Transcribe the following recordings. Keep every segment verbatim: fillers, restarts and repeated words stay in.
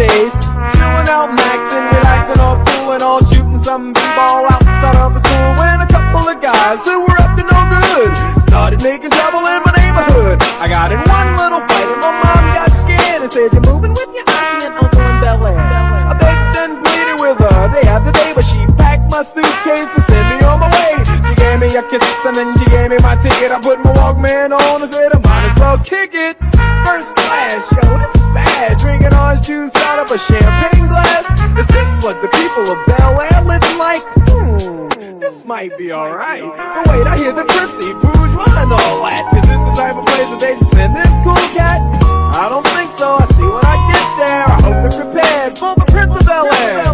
days. Chilling out, maxing, relaxing, all cool and all shooting some b-ball outside of the school. When a couple of guys who were up to no good started making trouble in my neighborhood. I got in one little fight and my mom got scared and said, "You're moving with your auntie and uncle in Bel Air." I begged and pleaded with her day after day, but she packed my suitcase and sent me on my way. She gave me a kiss and then she gave me my ticket. I put my Walkman on and said I might as well kick it. First class, yo, this is bad. Drinking orange juice out of a champagne glass. Is this what the people of Bel Air living like? Hmm, this might be alright. But wait, I hear the prissy, bourgeois and all that. Is this the type of place that they should send this cool cat? I don't think so. I see when I get there. I hope they're prepared for the Prince of Bel Air.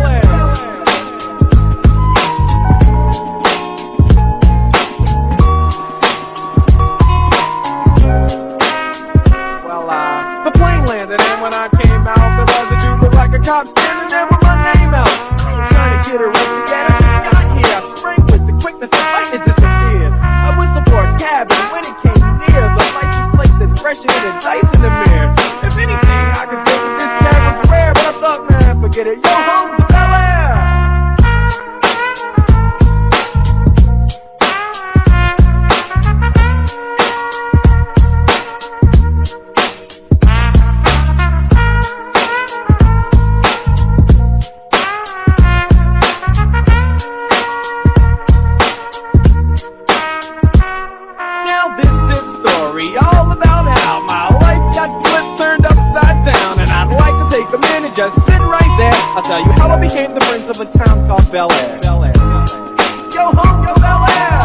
When I came out, there was a dude look like a cop standing there with my name out. I was trying to get arrested, yet I just got here. I sprang with the quickness of light and disappeared. I whistled for a cab, and when it came near, the license plate said fresh and a dice in the mirror. If anything, I could say that this cab was rare, but I thought, man, forget it. Yo, home to Bel Air. Just sit right there. I'll tell you how I became the prince of a town called Bel Air. Bel Air. Yo home, yo Bel Air.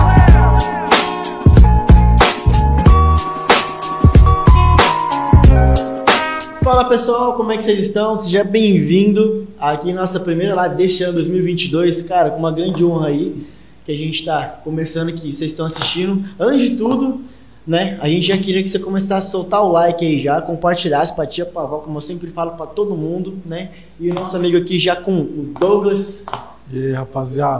Fala pessoal, como é que vocês estão? Seja bem-vindo aqui na nossa primeira live deste ano dois mil e vinte e dois. Cara, com uma grande honra aí que a gente está começando aqui, vocês estão assistindo. Antes de tudo, né, a gente já queria que você começasse a soltar o like aí já, compartilhasse pra tia, pra avó, como eu sempre falo pra todo mundo, né? E o nosso amigo aqui já com o Douglas. E aí, rapaziada?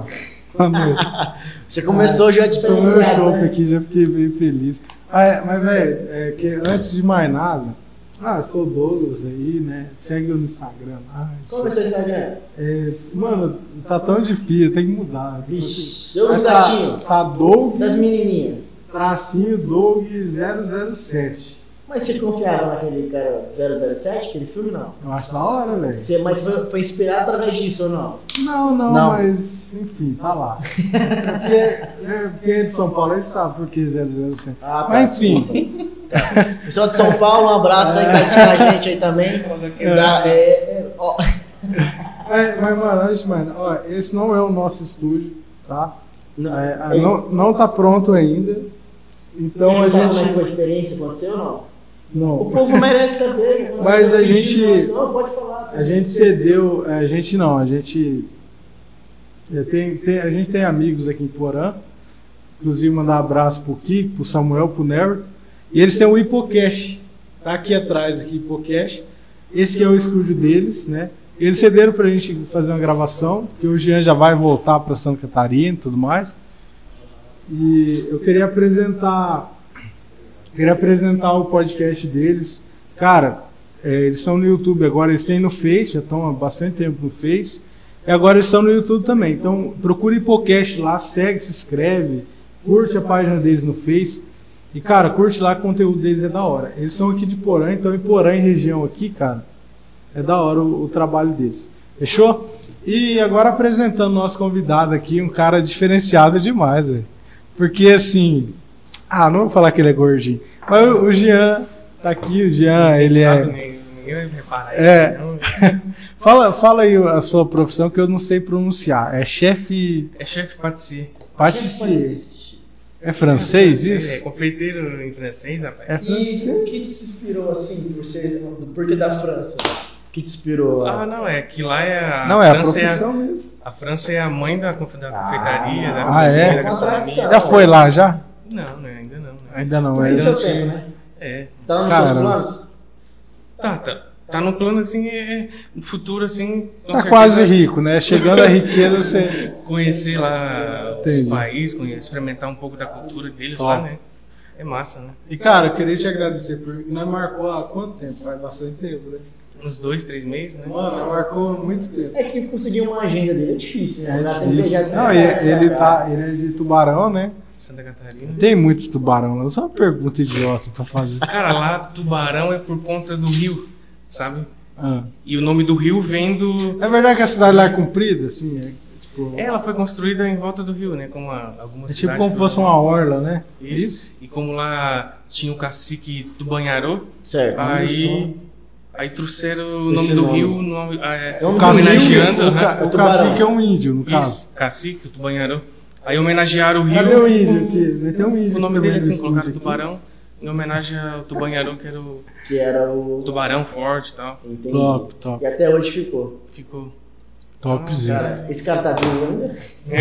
Já começou, ah, já diferenciado, show né? aqui, já fiquei bem feliz. Ah, é, mas, velho, é que antes de mais nada, ah, sou o Douglas aí, né? Segue eu no Instagram lá. Qual é o seu Instagram? É, mano, tá tão difícil, tem que mudar. Vixe, eu gatinho. Tá, tá Doug. Das menininhas. Tracinho Doug zero zero sete. Mas você confiava naquele cara zero zero sete, aquele filme, não? Eu acho da hora, velho. Mas foi, foi inspirado através disso ou não? Não, não, não. Mas enfim, tá lá. É porque, é porque é de São Paulo, eles sabem por que zero zero sete. Ah, tá, mas enfim. Tá. Pessoal de São Paulo, um abraço aí, que vai assistir a gente aí também. É, é, é, ó. É, mas, mano, antes, mano, ó, esse não é o nosso estúdio, tá? Não, é, não, não tá pronto ainda. Então a gente. Como foi a experiência? Aconteceu ou não? Não. O povo merece saber. Mas a gente. Não, pode falar. A gente cedeu. A gente não, a gente. Tem, tem, a gente tem amigos aqui em Porã. Inclusive mandar um abraço pro Kiko, pro Samuel, pro Nery. E eles têm o Hipocast. Tá aqui atrás, aqui, Hipocast. Esse que é o estúdio deles, né? Eles cederam pra gente fazer uma gravação, porque o Jean já vai voltar pra Santa Catarina e tudo mais. E eu queria apresentar queria apresentar o podcast deles. Cara, é, eles estão no YouTube agora, eles têm no Face, já estão há bastante tempo no Face. E agora eles estão no YouTube também. Então procure Hipocast lá, segue, se inscreve, curte a página deles no Face. E cara, curte lá, o conteúdo deles é da hora. Eles são aqui de Porã, então em Porã, em região aqui, cara, é da hora o, o trabalho deles. Fechou? E agora apresentando o nosso convidado aqui, um cara diferenciado demais, velho. Porque assim, ah, não vou falar que ele é gordinho, mas o, o Jean tá aqui, o Jean, ele sabe, é... Ninguém vai preparar é. isso, não. fala, fala aí a sua profissão que eu não sei pronunciar, é chefe... É chefe patissier. Patissier. É francês isso? É confeiteiro em francês, rapaz. É francês. E o que te inspirou assim, por ser do porquê da França? O que te inspirou? Ah, não, é que lá é a não, é França a profissão é a, mesmo. A França é a mãe da, conf, da confeitaria, ah, da ah, cozinha, é? da gastronomia. Já foi lá, já? Não, não, ainda não. Né? Ainda não, ainda ainda não. Tempo, né? É. Tá nos Cara, seus planos? Tá, tá. Tá no plano assim, é, no futuro assim... Tá quase rico, né? Chegando à riqueza, você... Conhecer lá Entendi. os países, conhecer, experimentar um pouco da cultura deles Ó. lá, né? É massa, né? E cara, eu queria te agradecer, porque nós marcou há quanto tempo? Faz bastante tempo, né? uns dois, três meses, né? Mano, marcou muito tempo. É que conseguir uma agenda dele é difícil, né? É Dá tempo de difícil. pegar- Não, ele, ele, tá, ele é de Tubarão, né? Santa Catarina. Tem muitos tubarão lá. Só uma pergunta idiota pra fazer. Cara, lá Tubarão é por conta do rio, sabe? Ah. E o nome do rio vem do... É verdade que a cidade lá é comprida, assim? É, tipo, Ela foi construída em volta do rio, né? Como a, algumas é tipo cidades como do- fosse uma orla, né? Isso. E como lá tinha o cacique Tubanharô, Certo. aí, aí trouxeram o Esse nome do nome. rio, nome, é, É um O cacique, homenageando, o, né? ca, o Tubarão. cacique é um índio, no caso. Isso, cacique, o Tubanharô. Aí homenagearam o rio. Cadê o índio aqui? Tem um índio O nome também dele, assim, nesse colocaram índio aqui. Tubarão, em homenagem ao Tubanharô, que era o Que era o. tubarão forte e tal. Entendi. Top, top. E até hoje ficou. Ficou. Topzinho. Cara, esse cara tá vivo ainda?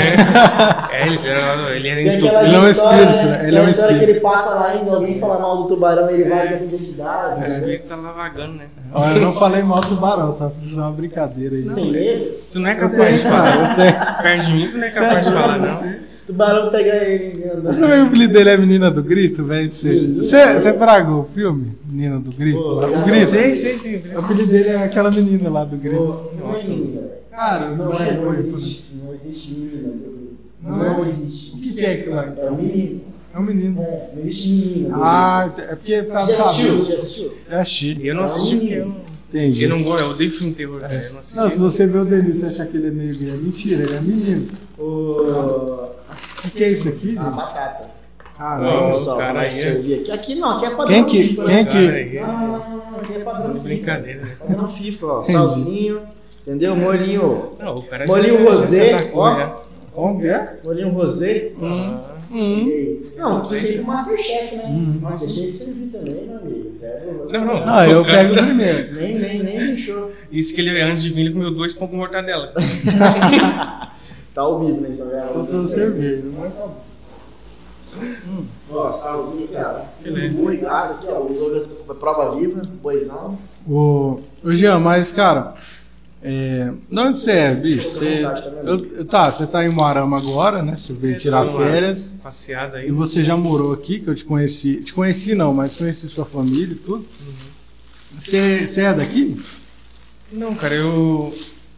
É, ele era, ele era Tem em tu- aquela Ele é um história, espírito, né? Ele é um tem a história espírito. que ele passa lá ainda, alguém fala mal do tubarão, ele vai pra publicidade. O né? espírito tá lá vagando, né? Ó, eu não falei mal do tubarão, tá? Fiz uma brincadeira aí. Tem medo? Tu não é capaz de falar. Perto de mim, tu não é capaz de falar, não. Tubarão pega ele. Você vê que o apelido dele é Menina do Grito, velho? Você, você, você bragou o filme? Menina do Grito? Pô, o eu Grito? Sei, sei, sei. O apelido dele é aquela menina lá do Grito. Nossa. Cara, Não, não é, é não coisa. existe. Não existe menina. Não Não é? existe. O que que é aquilo lá? É um menino. É um menino. É, não existe menina. Ah, é porque tá Você já assistiu? sabendo. Você já assistiu? É a Chi. Eu não assisti porque eu não, Entendi. eu não gosto, eu odeio filme de terror, cara. Eu não assisti. Não, se você vê o Denilson e achar que ele é meio gay, é mentira, ele é menino. O... O que é isso aqui, A gente? batata. Caramba. Ó, Olha só, cara vai aí é- servir aqui. Aqui não, aqui é padrão Quem que- FIFA. quem né? que- Cara, aí é- Não, não, não, não, aqui é padrão FIFA. Brincadeira, né? Padrão FIFA, ó. Salzinho, entendeu? Molhinho. Não, o cara Molhinho já- rosé, já sacou, ó. já. Como que é? Molhinho rosé. Hum. Não, você tem o Masterchef, né? Masterchef servir também, meu amigo. Sério? Não, não. Ah, eu pego o primeiro. Nem, nem, nem deixou. Isso que ele, antes de vir, ele comeu dois pão com mortadela. Tá ao vivo, né? Só Faltou cerveja, né? Ó, salzinho, cara. Beleza. Boi, cara, aqui, ó. O Douglas, prova viva, boizão. Ô, ô Jean, mas cara, é, de onde você é, bicho? Você, eu, eu- tá, você tá em Moarama agora, né? Você veio tirar Dando uma férias. Passeada E aí. você já morou aqui, que eu te conheci. Te conheci não, mas conheci sua família e tudo. Você, você é daqui? Não, cara, eu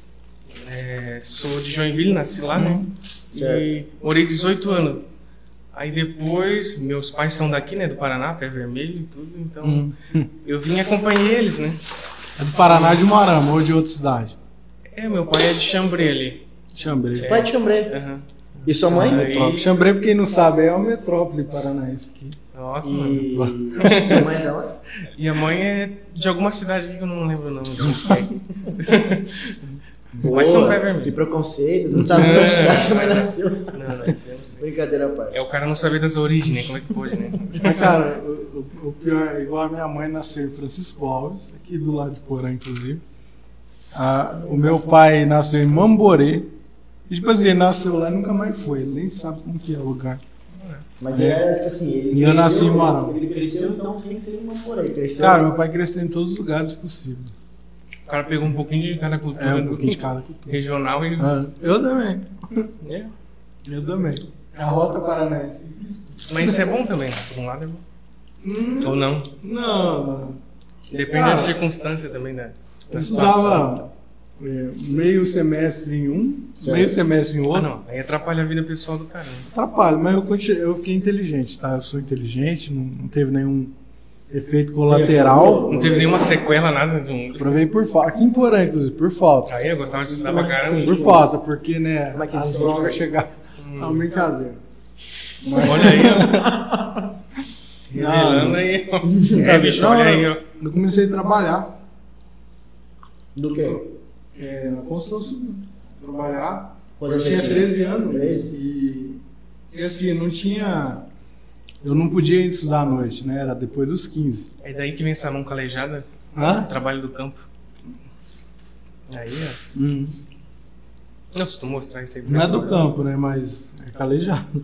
é, sou de Joinville, nasci lá, né? E Certo. morei dezoito anos. Aí depois, meus pais são daqui, né? Do Paraná, Pé Vermelho e tudo. Então, Hum. eu vim e acompanhei eles, né? É do Paraná de Moarama ou de outra cidade? É, meu pai é de Xambrê ali. Xambrê. Pai de Chambré. Aham. E sua mãe? Aí- Metrópole. Xambrê, pra quem não sabe, é uma metrópole paranaense aqui. Nossa, E mano. sua mãe é da onde? E a mãe é de alguma cidade aqui que eu não lembro o nome de onde que é. Mas são Boa, Pé Vermelho. Que preconceito, não sabe onde a cidade também nasceu. Não, não, isso eu não sei. Brincadeira à parte. É o cara não saber das origens, né? Como é que pode, né? Mas, cara, o, o- o pior é igual a minha mãe nasceu em Francisco Alves, aqui do lado de Porã, inclusive. Ah, o meu pai nasceu em Mamborê. E, tipo assim, ele nasceu lá e nunca mais foi. Ele nem sabe como que é o lugar. Mas ele era, tipo assim, ele E eu nasci em cresceu, Moarama. ele cresceu, então tem que ser uma por aí. Cresceu. Cara, meu pai cresceu em todos os lugares possíveis. O cara pegou um pouquinho de cada cultura É, um do- pouquinho de cada cultura. regional e. Ah, eu também. É. Eu também. A rota paranaense. Mas isso é bom também. Por um lado é bom. Hum, Ou não. não, não. Depende Cara, da circunstância também, né? Eu Da situação. estudava é, meio semestre em um, Certo. meio semestre em Ah, outro. não. Aí atrapalha a vida pessoal do caramba. Atrapalha, mas eu, continu- eu fiquei inteligente, tá? Eu sou inteligente, não, não teve nenhum efeito colateral. Não teve nenhuma sequela, nada de um. Provei por falta. Aqui em Porã, inclusive, por falta. Aí eu gostava de estudar pra caramba. Por falta, porque, né, Como é que as se drogas sente? chegaram. Não, brincadeira. Olha aí, ó. Revelando aí, ó. É, bicho, Não, olha aí, ó. Eu comecei a trabalhar Do quê? é, na construção civil. Trabalhar. Quando Eu você tinha tinha? treze anos. treze? E, e assim, não tinha. Eu não podia estudar à noite, né? Era depois dos quinze. É daí que vem essa mão calejada. Hã? O trabalho do campo. Aí, ó. Hum. Não, se tu mostrar isso aí pro Não é do pessoal. campo, né? Mas é calejado.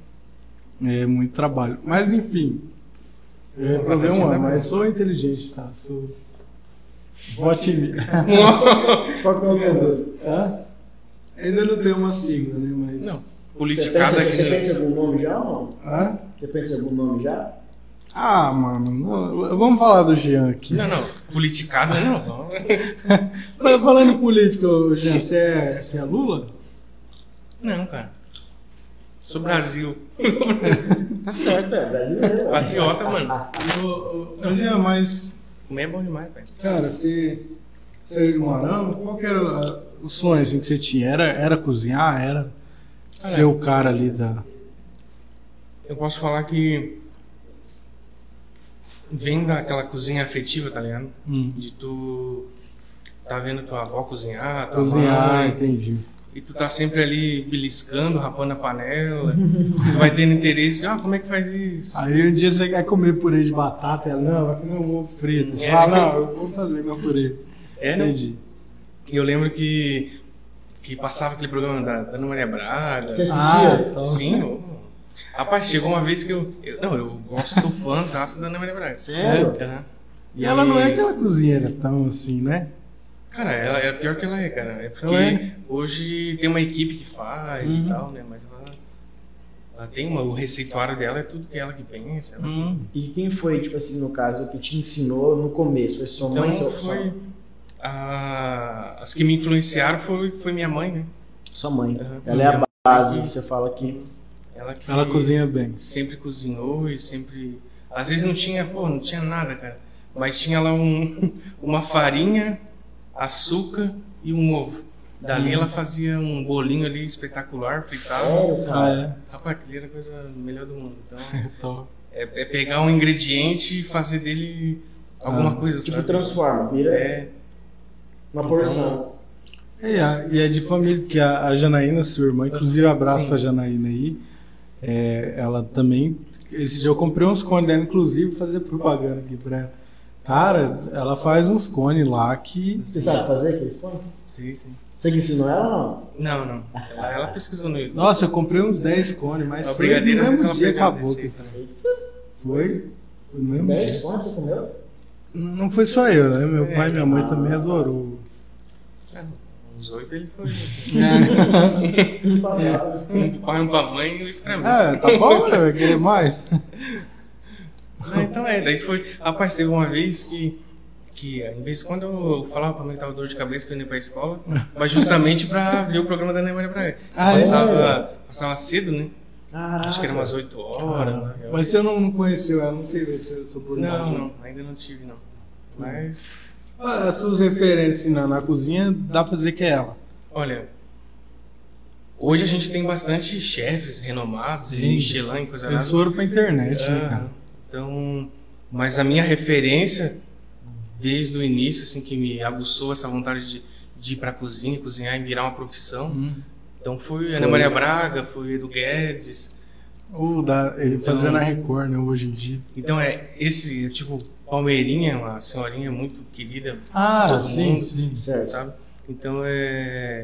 É muito trabalho. Mas enfim. É problema um ano, mas sou inteligente, tá? Sou. Vote em mim. Qual que é o nome? Hã? Ainda não tem uma sigla, né? Mas. Não. Você Politicada pensa, aqui. você pensa em algum nome já ou não? Hã? Você pensa em algum nome já? Ah, mano, não, vamos falar do Jean aqui. Não, não, politicada não. Mas falando em política, Jean, você é, você é Lula? Não, cara. Sou Brasil. Tá certo, é brasileiro. Patriota, mano. Ô, ô, ô, Jean, mas, Comer é bom demais, pai. cara, você saiu de Moarama, qual que era uh, o sonho assim, que você tinha? Era, era cozinhar? Era Cara, ser o cara ali da... Eu posso falar que vem daquela cozinha afetiva, tá ligado? Hum. De tu tá vendo tua avó cozinhar, tua Cozinhar, mãe, entendi. e tu tá sempre ali beliscando, rapando a panela, tu vai tendo interesse, ah, como é que faz isso? Aí um dia você quer comer purê de batata, ela, não, vai comer um ovo frito. Você É. fala, não, eu vou fazer meu purê. É, né? Entendi. E eu lembro que, que passava aquele programa da, da Ana Maria Braga. Você assistia? Ah, então. Sim, eu, rapaz, chegou uma vez que eu, eu não, eu gosto, sou fãzaço da Ana Maria Braga. Sério? Aham. E ela não é aquela cozinheira tão assim, né? Cara, ela é pior que ela é, cara. É porque Ela é? hoje tem uma equipe que faz Uhum. e tal, né? Mas ela, ela tem uma, o receituário dela é tudo que ela que pensa. Ela... Hum. E quem foi, tipo assim, no caso, que te ensinou no começo? Foi sua Então mãe, seu, foi a, as que me influenciaram foi, foi minha mãe, né? sua mãe? Uhum. Ela é a base, você fala aqui. Ela que Ela cozinha bem. sempre cozinhou e sempre. Às vezes não tinha, pô, não tinha nada, cara. Mas tinha lá um, uma farinha, açúcar e um ovo. Dali ela fazia um bolinho ali espetacular, fritava. Sério, cara? Ah, é? Rapaz, aquilo era a coisa melhor do mundo. Então, Então, é, é pegar um ingrediente e fazer dele alguma Ah, coisa, Tipo, sabe? transforma, vira É, uma porção. e, a- e é de família, porque a, a Janaína, sua irmã, inclusive abraço Sim. pra Janaína aí, é, ela também, esse dia eu comprei uns cones dela, inclusive, fazer propaganda aqui pra ela. Cara, ela faz uns cones lá que... Você sabe fazer aqueles pães? sim, sim. Você que ensinou ela ou não? Não, não. Ela, ela pesquisou no YouTube. Nossa, eu comprei uns dez cones, mas A foi brigadeira, no às vezes mesmo ela dia pega as acabou. receitas, né? Foi, foi no mesmo dez dia. pães você comeu? Não não foi só eu, né? Meu É. pai e minha mãe Ah. também adorou. Ah, uns oito ele foi. Um papel. Um pai, um pra mãe e oito pra mim. É, tá bom, né? Vai querer mais? Ah, então é, daí foi. Rapaz, teve uma vez que. Que, em vez de quando eu falava pra mim que tava dor de cabeça pra eu ir pra escola, mas justamente pra ver o programa da Ana Maria Braga. Ah, é? passava, passava cedo, né? Caraca. Acho que era umas oito horas. né? Eu- Mas você não, não conheceu ela, não teve essa, essa oportunidade? Não, não, ainda não tive, não. Mas, Ah, as suas referências na, na cozinha, dá pra dizer que é ela. olha, hoje a gente tem bastante chefes renomados, Sim. Michelin, coisa Eles nada. foram pra internet, né, Ah, cara? então, mas a minha referência, desde o início, assim, que me aguçou essa vontade de, de ir pra cozinha, cozinhar e virar uma profissão, Hum. então foi, Foi. Ana Maria Braga, foi Edu Guedes. Ou da, ele Então- fazia na Record, né, hoje em dia. Então é esse, tipo, Palmeirinha, uma senhorinha muito querida, Ah, Todo sim, mundo. sim. Certo. sabe? Então é.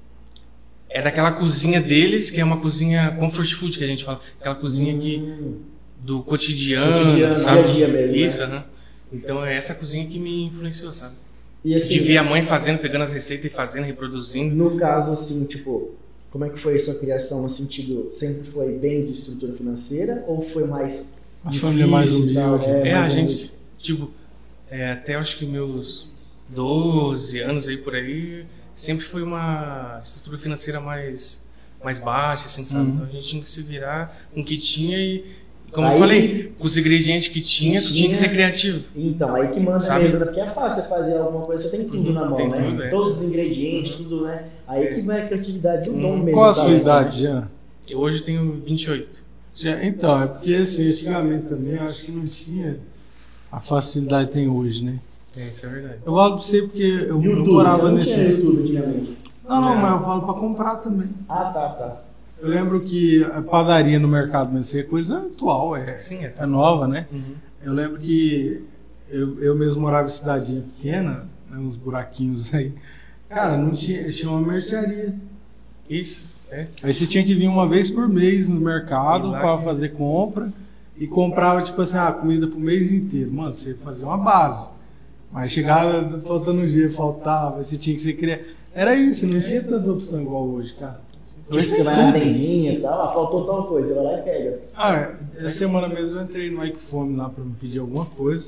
É daquela cozinha deles, que é uma cozinha comfort food que a gente fala. Aquela cozinha que, Hum. do cotidiano, Cotidiano, sabe? dia a dia mesmo, Isso, né? aham. Então é essa cozinha que me influenciou, sabe? E assim, De ver a mãe fazendo, pegando as receitas e fazendo, reproduzindo. no caso, assim, tipo, como é que foi a sua criação no sentido, sempre foi bem de estrutura financeira ou foi mais A difícil família mais e tal? humilde. É, a mais gente, humilde. tipo, é, até acho que meus doze anos aí por aí, sempre foi uma estrutura financeira mais, mais baixa, assim, sabe? Uhum. Então a gente tinha que se virar com o que tinha e, e como Aí- eu falei, com os ingredientes que tinha, tu tinha que ser criativo. Então, aí que manda Sabe? mesmo, né? Porque é fácil você fazer alguma coisa, você tem tudo Uhum, na mão, tem né? tudo, é. Todos os ingredientes, tudo, né? Aí que vai a criatividade do Hum. dom mesmo. Qual a tá? sua idade, Jean? Eu hoje tenho vinte e oito. Já- Então, é porque assim, antigamente também eu acho que não tinha a facilidade que tem hoje, né? É, isso é verdade. Eu falo pra você porque eu, eu YouTube, morava você não tinha nesse. YouTube antigamente. Não, não, Não. mas eu falo pra comprar também. Ah, tá, tá. Eu lembro que a padaria no mercado mesmo, isso é coisa atual, é, Sim, é. é nova, né? Uhum. Eu lembro que eu, eu mesmo morava em cidadinha pequena, né, uns buraquinhos aí. Cara, não tinha, tinha uma mercearia. Isso, é. Aí você tinha que vir uma vez por mês no mercado E lá para que- fazer compra e comprava, tipo assim, a comida pro mês inteiro. Mano, você fazia uma base. Mas chegava faltando um dia, faltava, você tinha que ser criativo. Era isso, não tinha tanta opção igual hoje, cara. Hoje você vai na vendinha e tal, ah, faltou tal coisa, você vai lá e pega. Ah, essa semana mesmo eu entrei no iPhone lá pra me pedir alguma coisa.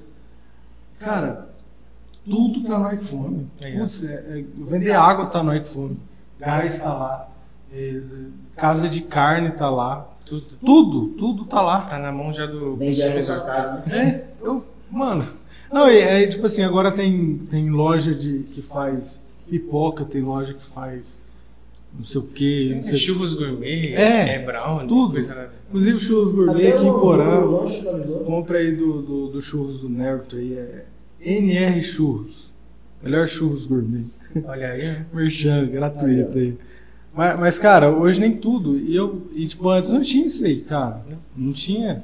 Cara, tudo tá no iPhone. É. Putz, é, é, vender água tá no iPhone. Gás tá lá. É, casa de carne tá lá. Tudo. Tudo, tudo tá lá. Tá na mão já do Vem já na sua consumidor. casa, né? É, eu, mano. Não, é, é tipo assim, agora tem, tem loja de, que faz pipoca, tem loja que faz não sei o que, não É, sei churros gourmet, É, é brownie, tudo. coisa... Inclusive churros gourmet Até aqui em o- o Porã. lanche da Lisboa. Compra aí do, do, do churros do Nerto aí, é N R Churros. Melhor churros gourmet. Olha aí, né? Merchan, gratuito aí. Mas, mas, cara, hoje nem tudo. E eu, e tipo, antes não tinha isso aí, cara. Não tinha.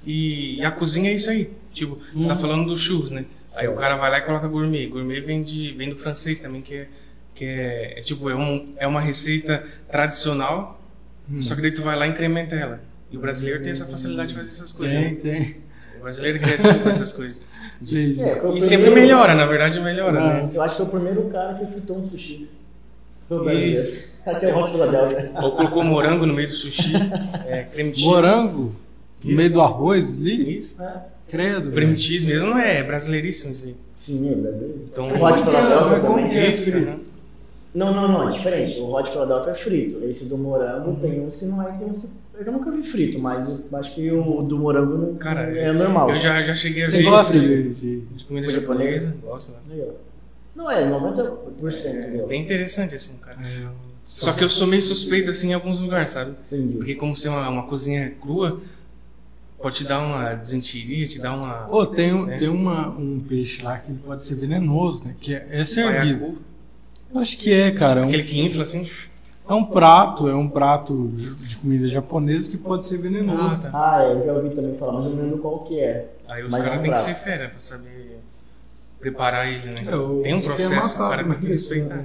E, e a cozinha é isso aí. Tipo, Hum. tá falando dos churros, né? Aí o cara vai lá e coloca gourmet. Gourmet vem, de, vem do francês também, que é, que é, é tipo, é, um, é uma receita tradicional, Hum. só que daí tu vai lá e incrementa ela. E o brasileiro tem essa facilidade de fazer essas coisas. Tem, Né? tem. O brasileiro é criativo com essas coisas. Gente, É, foi o E sempre primeiro- melhora, na verdade melhora, Ah. né? Eu acho que foi o primeiro cara que fritou um sushi. Foi o brasileiro. Isso. Até o Hot Philadelphia. Ou colocou morango no meio do sushi, é, creme cheese. morango no Isso. meio do arroz ali. Isso. É. Credo. Creme velho. cheese mesmo não é, é brasileiríssimo isso aí. Sim, é brasileiro. Então, O Hot Philadelphia Mas como também. que é Isso, frito? né? Não, não, não, é diferente. O Hot Philadelphia é frito. Esse do morango tem uns que não é, tem uns que eu nunca vi frito, mas eu acho que o do morango não, Cara, é normal. Eu já, já cheguei a Você ver gosta de, de- de comida Comida japonesa? japonesa. Gosto, gosto. Aí, ó. Não é, noventa por cento. É meu. bem interessante assim, cara. É, Só que eu sou meio suspeito assim em alguns lugares, sabe? Entendi. Porque como ser uma, uma cozinha crua, pode te dar uma desentiria, te dar uma... Ô, tem, um- É. tem uma, um peixe lá que ele pode ser venenoso, né? Que é, é servido. baiacu, Eu acho que é, cara. É um, aquele que infla assim. é um prato, é um prato de comida japonesa que pode ser venenoso. Ah, tá. Ah, é, eu já ouvi também falar, mas eu não lembro qual que é. Aí os Mas caras é um têm que prato. ser fera pra saber preparar ele, né? É, o- Tem um quer processo, o matar, cara tem que né? respeitar.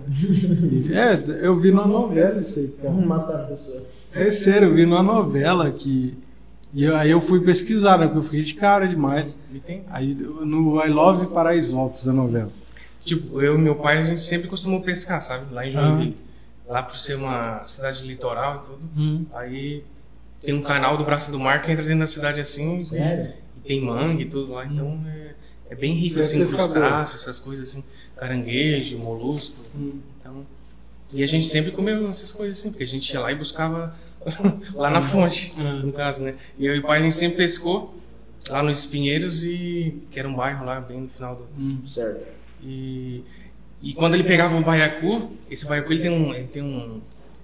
É, eu vi numa novela isso aí, cara. Vamos matar a pessoa. É sério, eu vi numa novela que. E eu- aí eu fui pesquisar, né? Porque eu fiquei de cara demais. E tem. Aí no I Love Paraisópolis, a novela. Tipo, eu e meu pai, a gente sempre costumou pescar, sabe? Lá em Joinville. Lá por ser uma cidade litoral e tudo. Hum. Aí tem um canal do Braço do Mar que entra dentro da cidade assim. Sério? E tem mangue e tudo lá. Então é, é bem rico, Você é assim, pescador. crustáceos, essas coisas assim. Caranguejo, molusco. Hum. Então, e a gente sempre comeu essas coisas assim, porque a gente ia lá e buscava lá na fonte, no caso, né? E eu e o pai, a gente sempre pescou lá nos Espinheiros, e, que era um bairro lá bem no final do... Hum. Certo. E, e quando ele pegava o baiacu, esse baiacu ele tem um, ele tem um,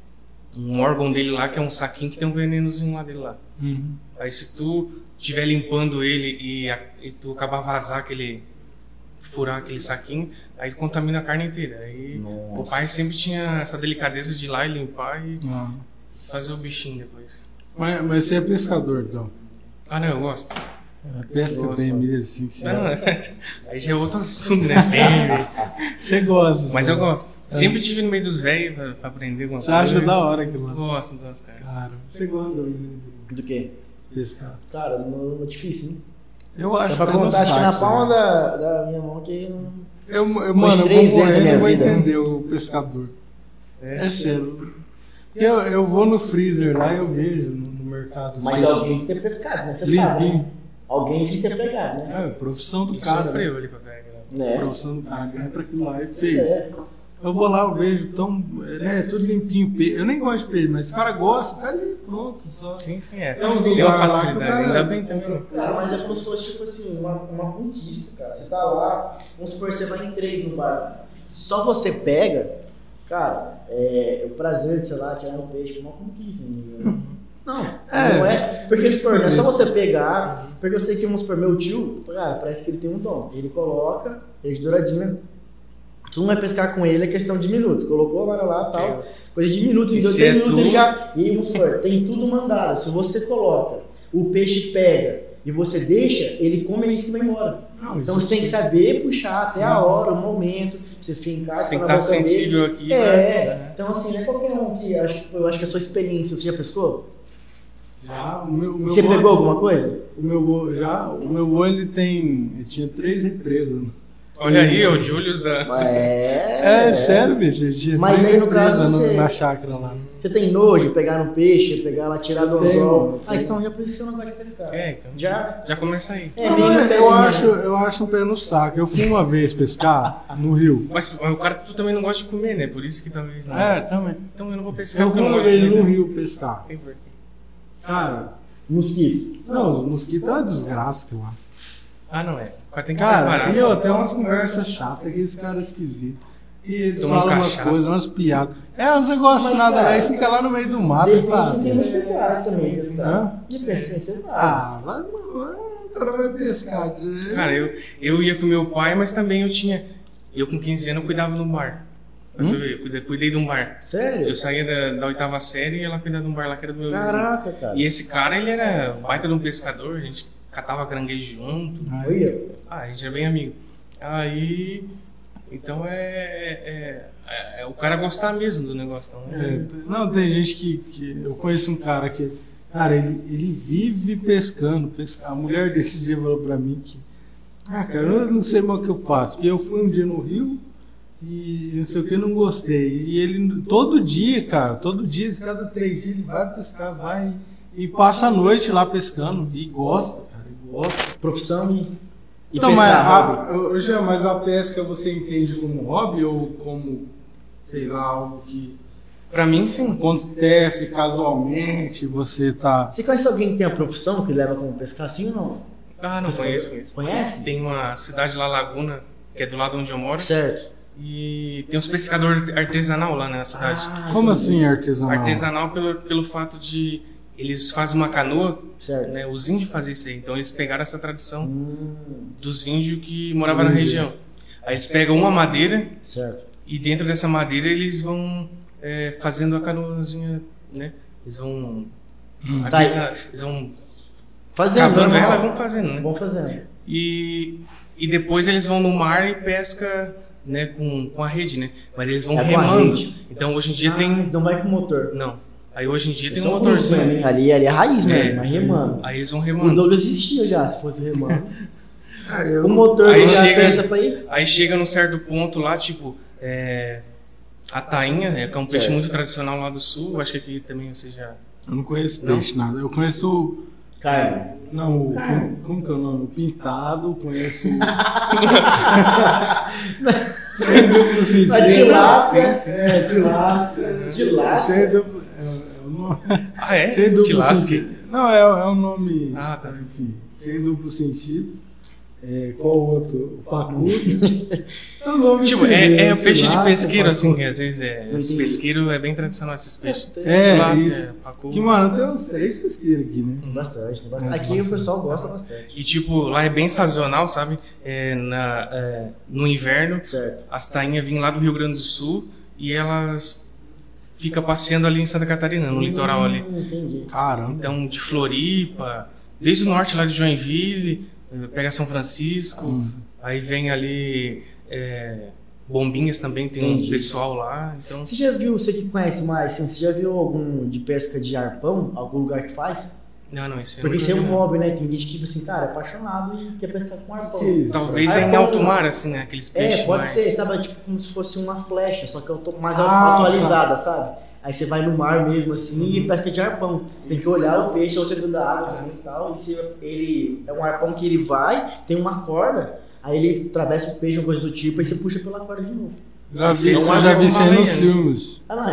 um órgão dele lá que é um saquinho que tem um venenozinho lá dele lá. Hum. Aí se tu estiver limpando ele e, a- e tu acabar vazar aquele, furar aquele saquinho, aí contamina a carne inteira. Aí Nossa. o pai sempre tinha essa delicadeza de ir lá e limpar e Ah. fazer o bichinho depois. Mas, mas você é pescador, então. Ah não, eu gosto. É, pesca Gosto, bem gosto. mesmo, assim. Você, Não, aí já é outro assunto, né? Bem, você gosta. mas você eu gosto. Sempre tive no meio dos velhos pra, pra aprender alguma Você coisa. acha da hora aquilo lá. Gosto, gosto, cara. Cara, você gosta de Do quê? pescar. Cara, não é difícil, hein? Eu acho Dá pra que é no contar, acho que na saco, palma né? da, da minha mão que não... Eu, eu, Depois mano, de eu três vou vezes na morrer, minha eu vou vida. entender o pescador. É, sério. Eu, eu vou no freezer lá e eu vejo no, no mercado. Mas alguém tem que ter pescado, né? Você sabe, Limpinho. né? Alguém tem que ter pegado, né? É, profissão do E cara. sofreu Né? ali pra pegar. né? Né? Profissão do cara, ganha pra aquilo lá e fez. É. Eu vou lá, eu vejo tão. Né, tudo limpinho. pe- Eu nem gosto de peixe, mas o cara gosta, tá ali, pronto. Só. Sim, sim, é. Tem uns Tem uma lugares lá que o facilidade, cara- ainda bem também. né? Cara, mas é como se fosse, tipo assim, uma, uma conquista, cara. Você tá lá, vamos supor, você vai em três no bar. Só você pega, cara, é, o prazer de, sei lá, tirar um peixe é uma conquista, né? Não, É. não é. Porque, tipo, não é só você pegar, porque eu sei que, vamos supor, meu tio, cara, parece que ele tem um dom. Ele coloca, ele de douradinha. Tu não vai pescar com ele, é questão de minutos. Colocou a vara lá e tal, coisa de minutos, em E dois, se três é minutos tu- ele já. E vamos supor, tem tudo mandado. Se você coloca, o peixe pega e você deixa, ele come em cima e vai embora. Não, Então isso você tem que sim. saber puxar até Sim, a sim. hora, o momento, você fincar. Tem que na estar boca dele. sensível aqui. É, né? então assim, não é qualquer um que acho, eu acho que a sua experiência, você já pescou? Já, o meu, o meu Você vô- pegou alguma coisa? O meu vô, já, o meu vô, ele tem. Ele tinha três represas. Né? Olha aí, o Julius da... É, É, sério, bicho. A gente Mas tem aí, no empresa caso, no- você- na chácara lá. Você tem nojo de pegar no peixe, pegar lá, tirar do Tenho, anzol? Ah, tenho. então já por isso você não gosta de pescar. É, então. Já? Já começa aí. É, Não, meio eu, pé, acho, né? eu acho um pé no saco. Eu fui uma vez pescar no rio. Mas, mas o cara, tu também não gosta de comer, né? Por isso que talvez não. É, também. Então eu não vou pescar Eu porque fui eu não uma gosto de vez no comer. rio pescar. Tem porquê. Cara, Mosquito. não, os mosquitos é uma desgraça que lá. Ah, não é. O cara tem que Cara, preparar. e eu até umas conversas chatas, aqueles caras esquisitos. E eles Tomando falam umas cachaça. coisas, umas piadas. É, uns negócios Mas, nada, cara, aí fica lá no meio do mato, Depende sabe? de você vai também, pescar. Hã? Depende de quem você vai. Ah, vai, mano, o cara vai pescar. de- Cara, eu, eu ia com meu pai, mas também eu tinha... Eu com quinze anos eu cuidava de um bar. Pra tu ver, eu cuidei, cuidei de um bar. Sério? Eu saía da, da oitava série e ela cuidava de um bar lá que era do meu vizinho. Caraca, cara. E esse cara, ele era baita de um pescador, a gente catava caranguejo junto. Aí, Olha. Ah, a gente era bem amigo. Aí... Então é, é, é, é o cara gostar mesmo do negócio. Então, é, não, tem gente que, que. Eu conheço um cara que. Cara, ele, ele vive pescando, pesca- A mulher desse dia falou pra mim que. Ah, cara, eu não sei mais o que eu faço. Porque eu fui um dia no Rio e não sei o que, não gostei. E ele, todo dia, cara, todo dia, cada três dias, ele vai pescar, vai e passa a noite lá pescando. E gosta, cara, e gosta. Profissão e, e Então, mas pescar, a, eu- já, mas a pesca você entende como hobby ou como, sei lá, algo que Pra mim, sim. acontece casualmente, você tá. Você conhece alguém que tem a profissão que leva como pescar assim ou não? Ah, não conheço, conheço. Conhece? Tem uma cidade lá, Laguna, que é do lado onde eu moro. Certo. E tem uns pescadores artesanal lá na cidade. Ah, Como entendi. assim artesanal? Artesanal pelo, pelo fato de eles fazem uma canoa, Certo. né? Os índios faziam isso aí. Então eles pegaram essa tradição Hum, dos índios que moravam na região. Aí eles pegam uma madeira certo. e dentro dessa madeira eles vão é, fazendo a canoazinha, né? Eles vão... Hum. Tá, Eles, eles vão Fazendo, cavando normal. ela e vão fazendo, né? Vão fazendo. E, e depois eles vão no mar e pesca, né, com, com a rede, né? Mas eles vão É com a remando. rede. Então hoje em dia Ah, tem... não vai com motor. Não. Aí hoje em dia tem Só um com motorzinho, motorzinho. hein? Ali, ali é raiz É. mesmo, mas remando. Aí eles vão O remando. Douglas existia já, se fosse remando. Ah, eu- O motor Aí já chega- pensa pra ir? Aí chega num certo ponto lá, tipo, é, a tainha, né, que é um peixe Certo. muito tradicional lá do sul. Acho que aqui também você já... Eu não conheço Não? peixe, nada. Eu conheço. Carne. Não, o, Carne. como, como que é o nome? O pintado, conheço. Sem duplo sentido. Mas tilápia. Sim, sim. É, tilápia. Tilápia? Sem duplo. É, é o nome. Ah, é? Sem duplo Tilasque. sentido. Não, é, é um nome. Ah, tá. Enfim, sem duplo sentido. É, qual outro? O pacudo. É um nome Tipo, é, é esquisito, o peixe de tilápia, pesqueiro, assim, pacudo. que às vezes é... Os Entendi. pesqueiros é bem tradicional esses peixes. É, Tilápia, isso. pacu. Que, mano, tem uns três pesqueiros aqui, né? Tem bastante, tem bastante. É, Aqui o bastante. pessoal gosta bastante. E tipo, lá é bem sazonal, sabe? É, na, é, no inverno, Certo. as tainhas vêm lá do Rio Grande do Sul e elas ficam passeando ali em Santa Catarina, no litoral ali. Hum, entendi. Caramba. Então, de Floripa, desde o norte lá de Joinville, eh, pega São Francisco, Hum. aí vem ali é, Bombinhas também, tem Entendi. um pessoal lá. Então, Você já viu, você que conhece mais, assim, você já viu algum de pesca de arpão? Algum lugar que faz? não, não, isso eu Porque nunca isso é vi, um não. hobby, né? Tem gente que, assim, cara, é apaixonado e quer pescar com arpão. Que isso? Talvez é em Arpão- alto mar, assim, né? Aqueles peixes É, pode mais... ser, sabe? Tipo como se fosse uma flecha, só que eu tô mais Ah, atualizada, sabe? Aí você vai no mar mesmo, assim, Uhum. e pesca de arpão. Você tem que olhar o peixe ao centro da água também e tal. E se ele é um arpão que ele vai, tem uma corda, aí ele atravessa o peixe, uma coisa do tipo, aí você puxa pela corda de novo. Já vi, É isso uma- eu já é vi uma isso aí nos baleia, né? filmes. Ah,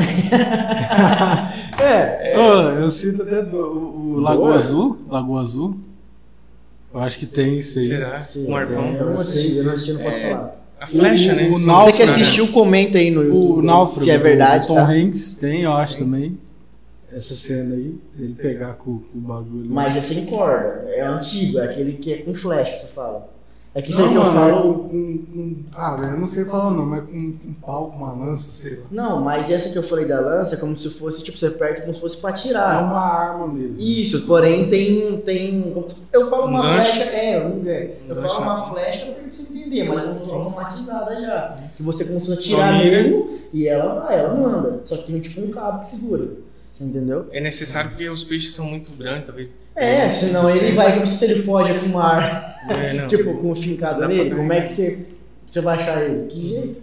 não. é. Ô, eu sinto até do, o, o Lagoa Boa. Azul. Lagoa Azul. Eu acho que tem isso aí. Será? Sim, Um arpão? tem, eu não assisti, eu não assisti, não posso É. falar. A flecha, O- né? o Sim, náufrago, Você que cara. assistiu, comenta aí no YouTube O Náufrago. se é verdade, o Tom tá? Hanks tem, eu acho também. Essa cena aí, ele pegar com, com o bagulho. Mas é sem corda, é antigo, é aquele que é com flecha, você fala. É que isso aí não, que eu mano, é falo. com, com, com- Ah, velho, eu não sei falar não, mas com, com pau, com uma lança, sei lá. Não, mas essa que eu falei da lança é como se fosse, tipo, você aperta como se fosse pra É tirar. uma arma mesmo. Isso, porém tem. tem eu falo Um uma gancho. flecha, é, um gancho. Eu Um gancho falo na- uma flecha pra você entender, mas ela é automatizada já. Se você começar a Só tirar mira. mesmo, e ela vai, ela manda. Só que tem tipo um cabo que segura. Você entendeu? É necessário porque os peixes são muito grandes, talvez. É, senão ele vai, como se ele foge com o mar. É, não. Tipo, com o fincado Dá pra nele, pegar. como é que você Você vai achar ele? Que jeito?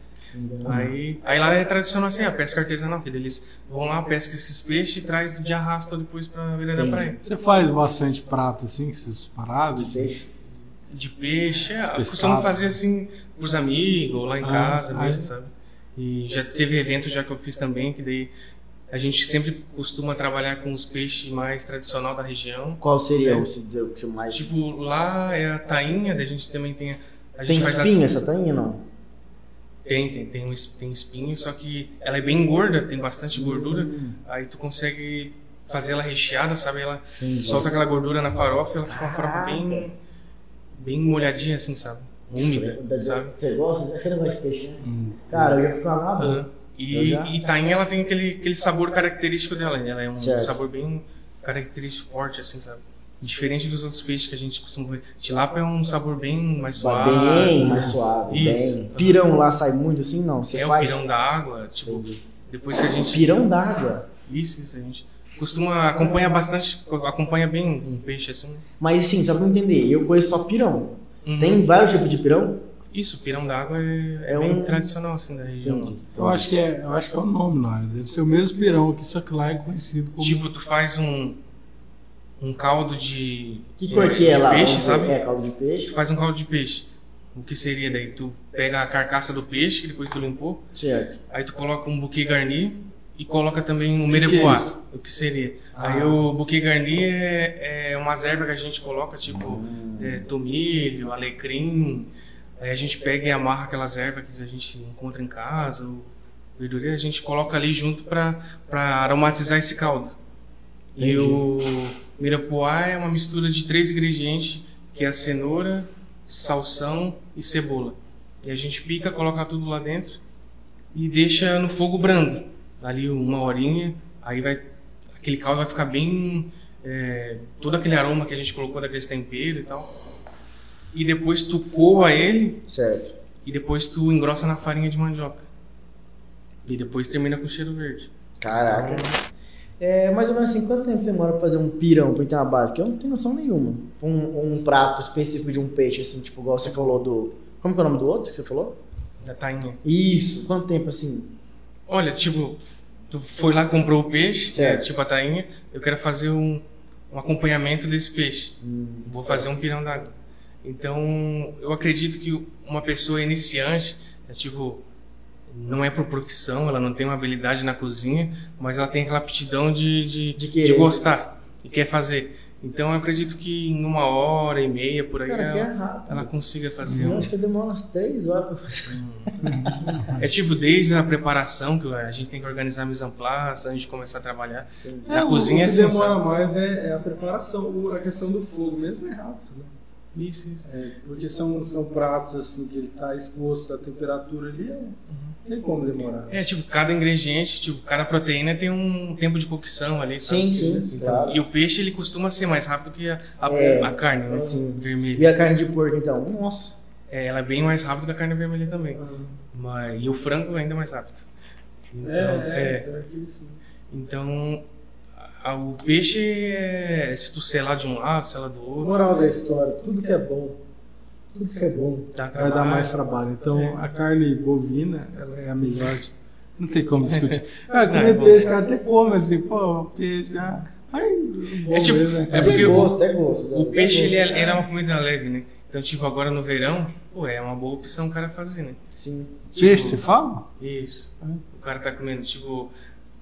Aí, aí lá é tradicional assim, a pesca artesanal, porque eles vão lá, pescam esses peixes e traz de arrasta depois pra beira da praia. Você faz bastante prato assim, essas paradas? De peixe? De peixe, é, Pescado. costumo fazer assim pros amigos, ou lá em Ah, casa ah, mesmo, é? sabe? E já teve evento já que eu fiz também, que daí a gente sempre costuma trabalhar com os peixes mais tradicional da região. Qual seria É. o se dizer, o que você mais... Tipo, lá é a tainha, daí a gente também tem... A gente Tem faz espinho a... essa tainha, não? Tem, tem, tem, um es- tem espinho, só que ela é bem gorda, tem bastante gordura, aí tu consegue fazer ela recheada, sabe? Ela Entendi. solta aquela gordura na farofa e ela fica uma farofa bem, bem molhadinha assim, sabe? Úmida, sabe? Você gosta? Você não gosta de peixe, né? Hum. Cara, eu já fui lá na boca. Aham. Eu E, já- e tainha, ela tem aquele, aquele sabor característico dela, né? Ela é um Certo. sabor bem característico, forte, assim, sabe? Diferente dos outros peixes que a gente costuma ver. Tilápia é um sabor bem mais suave. Bem mais suave, Isso. bem. Pirão lá sai muito assim, não? Você É faz... o pirão da água, tipo, Entendi. depois que a gente... Pirão d'água. Isso, isso, a gente costuma acompanha bastante, acompanha bem um peixe assim. Mas assim, só pra eu entender, eu conheço só pirão. Uhum. Tem vários tipos de pirão? Isso, pirão d'água é, é É bem um- tradicional assim da região. Entendi. Eu acho que é, eu acho que é o nome lá. Deve ser o mesmo pirão aqui, só que lá é conhecido como. Tipo, tu faz um um caldo de Que de- cor que é de lá? peixe, Vamos sabe? ver. É, caldo de Tu peixe. faz um caldo de peixe. O que seria daí? Tu pega a carcaça do peixe, que depois tu limpou, Certo. aí tu coloca um buquê garni e coloca também um que é merepoá. isso? O que seria? Ah. Aí o buquê garni é, é umas ervas que a gente coloca, tipo Hum. é, tomilho, alecrim. Aí a gente pega e amarra aquelas ervas que a gente encontra em casa, ou verdureira, a gente coloca ali junto para aromatizar esse caldo. E Entendi. o mirapuá é uma mistura de três ingredientes, que é a cenoura, salsão e cebola. E a gente pica, coloca tudo lá dentro e deixa no fogo brando, ali uma horinha, aí vai aquele caldo vai ficar bem é, todo aquele aroma que a gente colocou daqueles temperos e tal. E depois tu coa ele Certo. e depois tu engrossa na farinha de mandioca. E depois termina com cheiro verde. Caraca. É, mais ou menos assim, quanto tempo você demora pra fazer um pirão, pra ter uma base? Que eu não tenho noção nenhuma. Um, um prato específico de um peixe, assim, tipo, igual você falou do... Como que é o nome do outro que você falou? Da tainha. Isso, quanto tempo, assim? Olha, tipo, tu foi lá, comprou o peixe, Certo. é, tipo a tainha, eu quero fazer um, um acompanhamento desse peixe. Hum, Vou fazer um pirão d'água. Então, eu acredito que uma pessoa iniciante, é, tipo, não é por profissão, ela não tem uma habilidade na cozinha, mas ela tem aquela aptidão de, de, De de, querer. gostar e quer fazer. Então, eu acredito que em uma hora e meia, por aí, Cara, que é ela, rápido. ela consiga fazer Eu um... acho que demora umas três horas pra fazer. É tipo, desde a preparação, que a gente tem que organizar a mise en place, antes de começar a trabalhar. É, Na o, cozinha o é que assim, demora sabe? mais é, é a preparação. O- a questão do fogo mesmo é rápido, né? Isso, isso. É, porque são, são pratos assim que ele está exposto à temperatura ali, é, não tem como demorar. É, tipo, cada ingrediente, tipo, cada proteína tem um tempo de cocção ali, Sim, sabe? sim, Então, claro. E o peixe, ele costuma ser mais rápido que a, a, É, a carne, né? sim. E Vermelha. a carne de porco, então? Nossa. É, ela é bem mais rápida que a carne vermelha também. Ah, Mas, e o frango ainda mais rápido. Então, é, é, é, pior que isso. então a- o peixe, é, se tu selar de um lado, selar do outro, Moral da história, tudo que é bom, tudo que é bom dá vai trabalho. dar mais trabalho. Então É. a carne bovina, ela é a melhor. de- Não tem como discutir. Cara, Não, comer é bom. peixe, cara, até come assim, pô, peixe, ah, ai, bom É tipo- mesmo, né, é cara? Mas porque é o- gosto, é gosto. O é peixe, gosto. ele, é- ele é uma comida leve, né? Então, tipo, agora no verão, pô, é uma boa opção o cara fazer, né? Sim. Peixe, você fala? Isso. Hum. O cara tá comendo, tipo,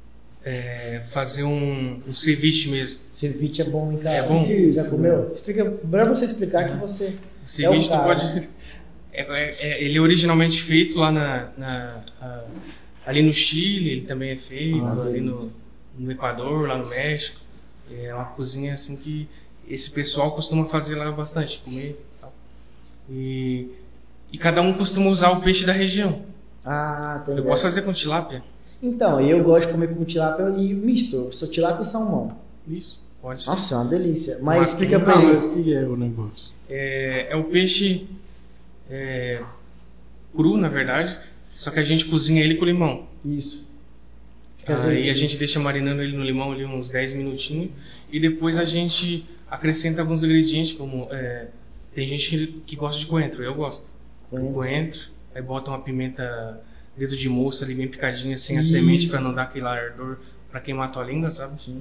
é, fazer um, um ceviche mesmo. Ceviche é bom, hein, cara? É bom? Já comeu? Explica, pra você explicar que você... O ceviche É o tu cara. pode... É, é- é- ele é originalmente feito lá na... na- a- ali no Chile, ele também é feito, Ah, ali delícia. no, no Equador, lá no México. É uma cozinha, assim, que esse pessoal costuma fazer lá bastante, comer e tal. E, e cada um costuma usar o peixe da região. Ah, tem Eu posso fazer com tilápia? Então, eu gosto de comer com tilápia e misto. Eu sou tilápia e salmão. Isso, pode ser. Nossa, é uma delícia. Mas Mas explica não pra Ah, ele. mas o que é o negócio? É, é o peixe é, cru, na verdade, só que a gente cozinha ele com limão. Isso. Aí a gente deixa marinando ele no limão ali uns dez minutinhos e depois a gente acrescenta alguns ingredientes, como é, tem gente que, que gosta de coentro, eu gosto. Coentro. coentro, aí bota uma pimenta dedo de moça ali bem picadinha, sem a semente pra não dar aquele ardor pra queimar a tua língua, sabe? Sim.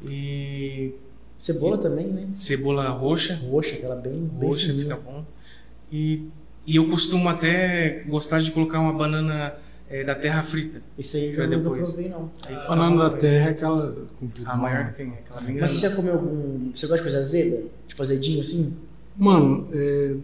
E Cebola também, né? cebola roxa, Roxa, aquela bem, bem roxa fininha. fica bom. E, e eu costumo até gostar de colocar uma banana é, da terra frita. Isso aí eu pra não depois. provei, não. Aí fica Banana bom, da terra é aquela... a maior que tem, aquela bem Mas você grande. já comeu algum... Você gosta de coisa azeda? Tipo azedinho assim? Mano, é...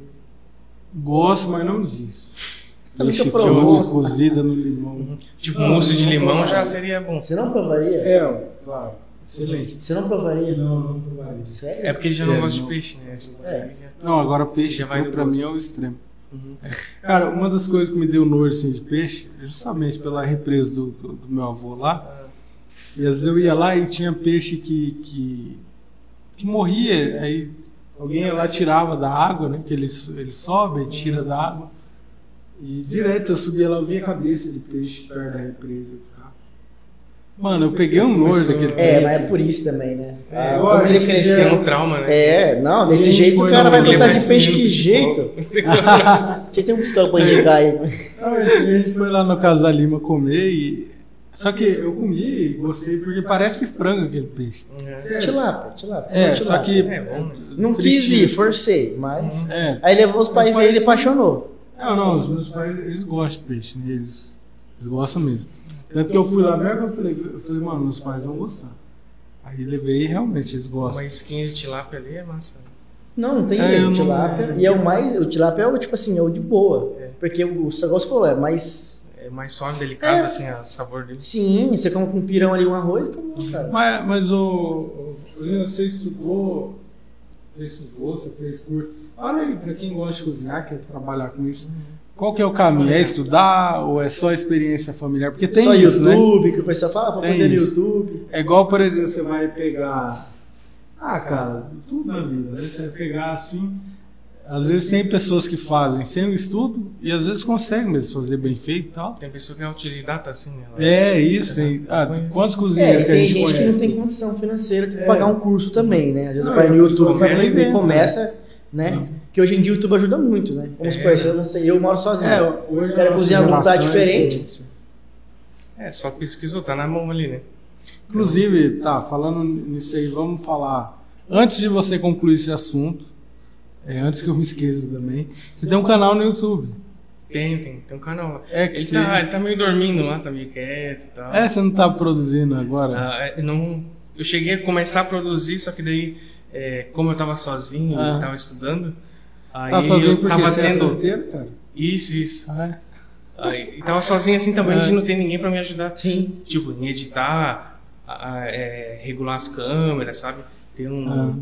gosto, mas não disso. Eu nunca Peixe provou. quente, cozida no limão. Tipo, mousse de limão já seria bom. Você não provaria? É, claro. Excelente. Você não provaria? Não, não provaria. Sério? É porque ele já não É, gosta de não. peixe, né? É. Não, agora peixe Já vai cru do pra gosto. mim é o extremo. Uhum. Cara, uma das coisas que me deu nojo assim, de peixe é justamente pela represa do, do, do meu avô lá. E às vezes eu ia lá e tinha peixe que, que, que morria, aí alguém ia lá tirava da água, né? Que ele, ele sobe e tira da água. E direto eu subia lá, eu via a cabeça de peixe perto da represa. Eu ficava... Mano, eu peguei um nojo daquele peixe. É, mas é por isso também, né? É, Ah, olha, como ele esse cresceu. É um trauma, né? É, não, desse Gente, jeito o foi cara no- vai ele gostar vai de peixe ser que no jeito. psicólogo. Vocês têm um psicólogo pra indicar aí. Não, esse dia a gente foi lá no Casa Lima comer e... Só que eu comi e gostei porque parece frango aquele peixe. É. Tilápia, tilápia. É, tilápia. só que... É bom, né? Não quis fritinho. ir, forcei, mas... É. Aí levou os pais Meu pai dele e sim. apaixonou. Não, não, os meus pais, eles gostam de peixe, né? Eles, eles gostam mesmo. Tanto que eu fui lá mesmo, eu falei, eu falei, mano, meus pais vão gostar. Aí levei e realmente eles gostam. Uma esquinha de tilápia ali é massa. Não, não tem É, eu erro, não- tilápia. E é o mais... O tilápia é o, tipo assim, é o de boa. É. Porque o negócio falou, é mais... É mais suave, delicado, É. assim, o sabor dele. Sim, você come com um pirão ali, um arroz, acabou, cara. Mas, mas o, o, você estudou, você estudou, você fez curso. Olha aí, pra quem gosta de cozinhar, quer trabalhar com isso, qual que é o caminho? É estudar ou é só experiência familiar? Porque tem Só isso, né? YouTube, que o pessoal fala, pra Tem poder no isso. YouTube. É igual, por exemplo, você vai pegar... Ah, cara, tudo na vida, né? Você vai pegar assim... Às vezes tem pessoas que fazem sem o estudo e às vezes conseguem mesmo fazer bem feito e tal. Tem pessoa que é autodidata, assim, né? Ela- É, isso. Tem, ah, quantos É, cozinheiros e que a tem gente gente conhece? que não tem condição financeira de É. pagar um curso também, né? Às vezes Não, vai no é, YouTube pra começa aprender, dentro, começa, né? Não. Que hoje em dia o YouTube ajuda muito, né? Vamos É. supor, se eu não sei, eu moro sozinho. É, hoje Quero a nossa cozinhar num lugar geração é diferente. diferente. É, só pesquisou, tá na mão ali, né? Inclusive, tá, falando nisso aí, vamos falar. Antes de você concluir esse assunto, é, antes que eu me esqueça também, você tem um canal no YouTube. Tem, tem, tem um canal lá. É que ele, se- tá, ele tá meio dormindo lá, tá meio quieto e tal. É, você não tá produzindo agora? Ah, é, não, eu cheguei a começar a produzir, só que daí, é, como eu tava sozinho, Ah. eu tava estudando, aí Tá sozinho eu porque tava você é tendo... solteiro, cara? Isso, isso. Ah, é? Aí, e tava sozinho assim também, Ah. de não ter ninguém pra me ajudar. Sim. Tipo, em editar, a- a- é, regular as câmeras, sabe? Ter um... Ah.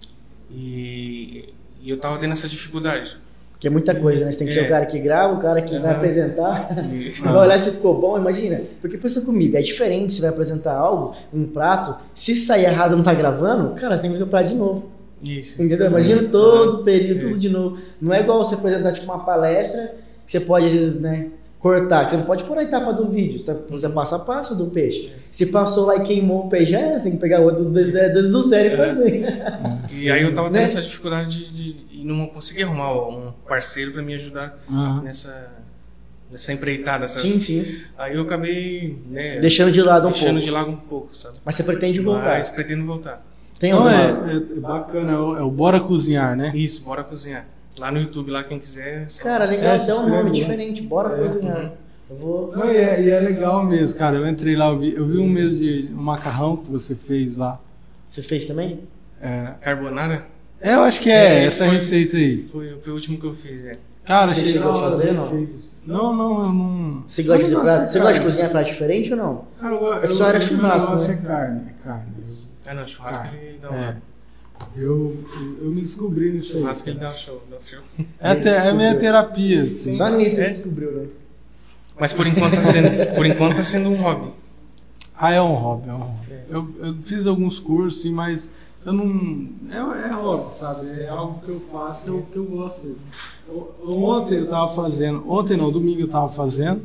E, e eu tava tendo essa dificuldade. Porque é muita coisa, né? Você tem que ser É. o cara que grava, o cara que vai Aham. apresentar. E- Vai olhar se ficou bom, imagina. Porque pensa comigo, é diferente se vai apresentar algo, um prato, se sair errado e não tá gravando, cara, você tem que fazer o prato de novo. Isso. Entendeu? Imagina todo o período, É. tudo de novo. Não é igual você apresentar tipo uma palestra, que você pode, às vezes, né, cortar. Que você não pode pôr a etapa do vídeo, você tá usando passo a passo do peixe. Se passou lá e queimou o peixe, já é, você tem que pegar o outro do zero do do zero e É. fazer. E aí eu tava tendo Né? essa dificuldade de, de, e não conseguia arrumar um parceiro pra me ajudar Aham. nessa, nessa empreitada, sabe? Sim, sim. Aí eu acabei, né, Deixando de lado um deixando pouco. de lado um pouco, sabe? Mas você pretende voltar. Mas pretendo voltar. Tem Não, alguma... é, é bacana, é o, é o Bora Cozinhar, né? Isso, bora cozinhar. Lá no YouTube, lá quem quiser. é só- Cara, legal, É, se tem um inscreve nome lá. diferente. Bora É. cozinhar. Uhum. Eu vou... Não, e, é, e é legal mesmo, cara. Eu entrei lá, eu vi, eu vi um mês de um macarrão que você fez lá. Você fez também? É, Carbonara é, eu acho que é, É, esse essa foi- receita aí. foi, foi o último que eu fiz, é. Cara, Você achei chegou a da hora, fazer, bem não? feito. Não, não, eu não. Você gosta de, Eu não prato, gosto você gosta de carne. cozinhar prato diferente ou não? Cara, eu, É que eu, só era eu- churrasco, meu negócio né? é carne, é carne. Ah, não, churrasco Carne. ele dá um... É. Eu, eu me descobri nisso aí. Churrasco ele cara. dá um show, dá um show. É, te, é minha terapia. Assim. Só nisso você É. descobriu, né? Mas por enquanto tá sendo, por enquanto tá sendo um hobby. Ah, é um hobby, é um hobby. Eu, eu fiz alguns cursos, sim, mas eu não. É, é hobby, sabe? É algo que eu faço que eu, que eu gosto mesmo. Eu- eu- ontem eu tava fazendo. Ontem não, domingo eu tava fazendo.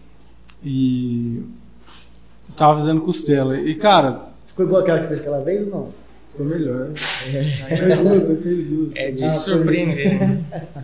E. Eu tava fazendo costela. E, cara, Ficou igual aquela que fez aquela vez ou não? ficou melhor. Fez duas, eu fiz duas. É de Ah, surpreender, né?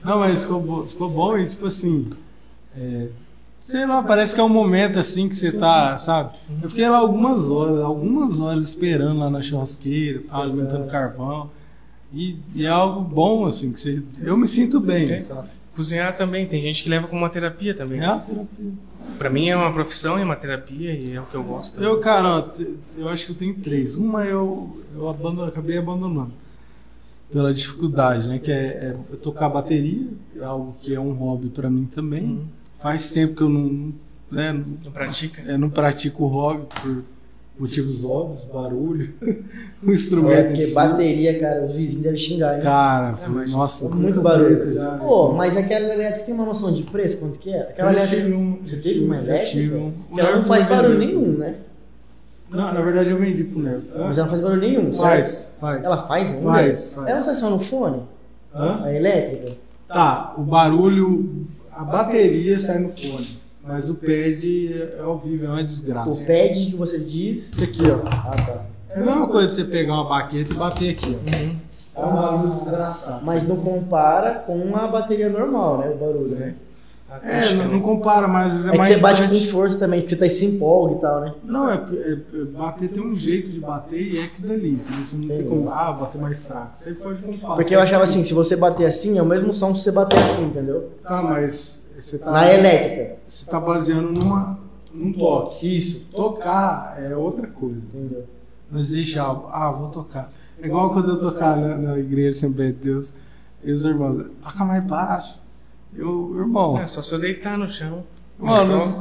Não, mas ficou, bo- ficou bom e tipo assim. é, sei lá, parece que é um momento assim que você tá, sabe? Eu fiquei lá algumas horas, algumas horas esperando lá na churrasqueira, tá, alimentando carvão. E, e é algo bom, assim, que você, eu me sinto bem, É. sabe? Cozinhar também, tem gente que leva como uma terapia também. É a terapia. Pra mim é uma profissão, é uma terapia e é o que eu gosto. Eu, cara, ó, te- eu acho que eu tenho três. Uma eu, eu abandono, acabei abandonando pela dificuldade, né? Que é, é eu tocar bateria, é algo que é um hobby pra mim também. Uhum. Faz tempo que eu não, né, não, Não pratica? eu não pratico o hobby por motivos óbvios, barulho, o É, instrumento. porque em si. bateria, cara, os vizinhos devem xingar, hein? Cara, foi, mas- nossa, Muito barulho. já, Pô, mas aquela elétrica, você tem uma noção de preço, quanto que é? Aquela Eu já elétrica, tive um- você teve uma já elétrica? tive um- Que ela não faz barulho nenhum, né? Não, na verdade eu vendi pro Nero. Mas ela não faz barulho nenhum, Faz, certo? faz. Ela faz ainda? Faz, faz. Ela não sai só no fone? Hã? A elétrica? Tá, o barulho, a bateria sai no fone, mas o pad é ao vivo, é uma desgraça. O pad que você diz... Isso aqui, ó. Ah, tá. É a mesma coisa de você pegar uma baqueta e bater aqui, ó. Uhum. É um barulho desgraçado. Mas não compara com a bateria normal, né? O barulho, né? A É, acústica, não, né? não compara, mas é, É que mais você bate importante. com força também, que você tá se empolga e tal, né? Não, é, é- é- bater tem um jeito de bater e é aquilo ali. Entendeu? Você não tem Entendi. como, ah, bater mais fraco. Você pode comparar. Porque eu achava assim, se você bater assim, é o mesmo som que você bater assim, entendeu? Tá, mas você tá, Na elétrica. você tá baseando numa, num toque. Isso. Tocar é outra coisa. Entendeu? Não existe algo, ah, vou tocar. É igual quando eu tocar na, na igreja Assembleia de Deus, e os irmãos, toca mais baixo. Eu, irmão, É só se eu deitar no chão. mano,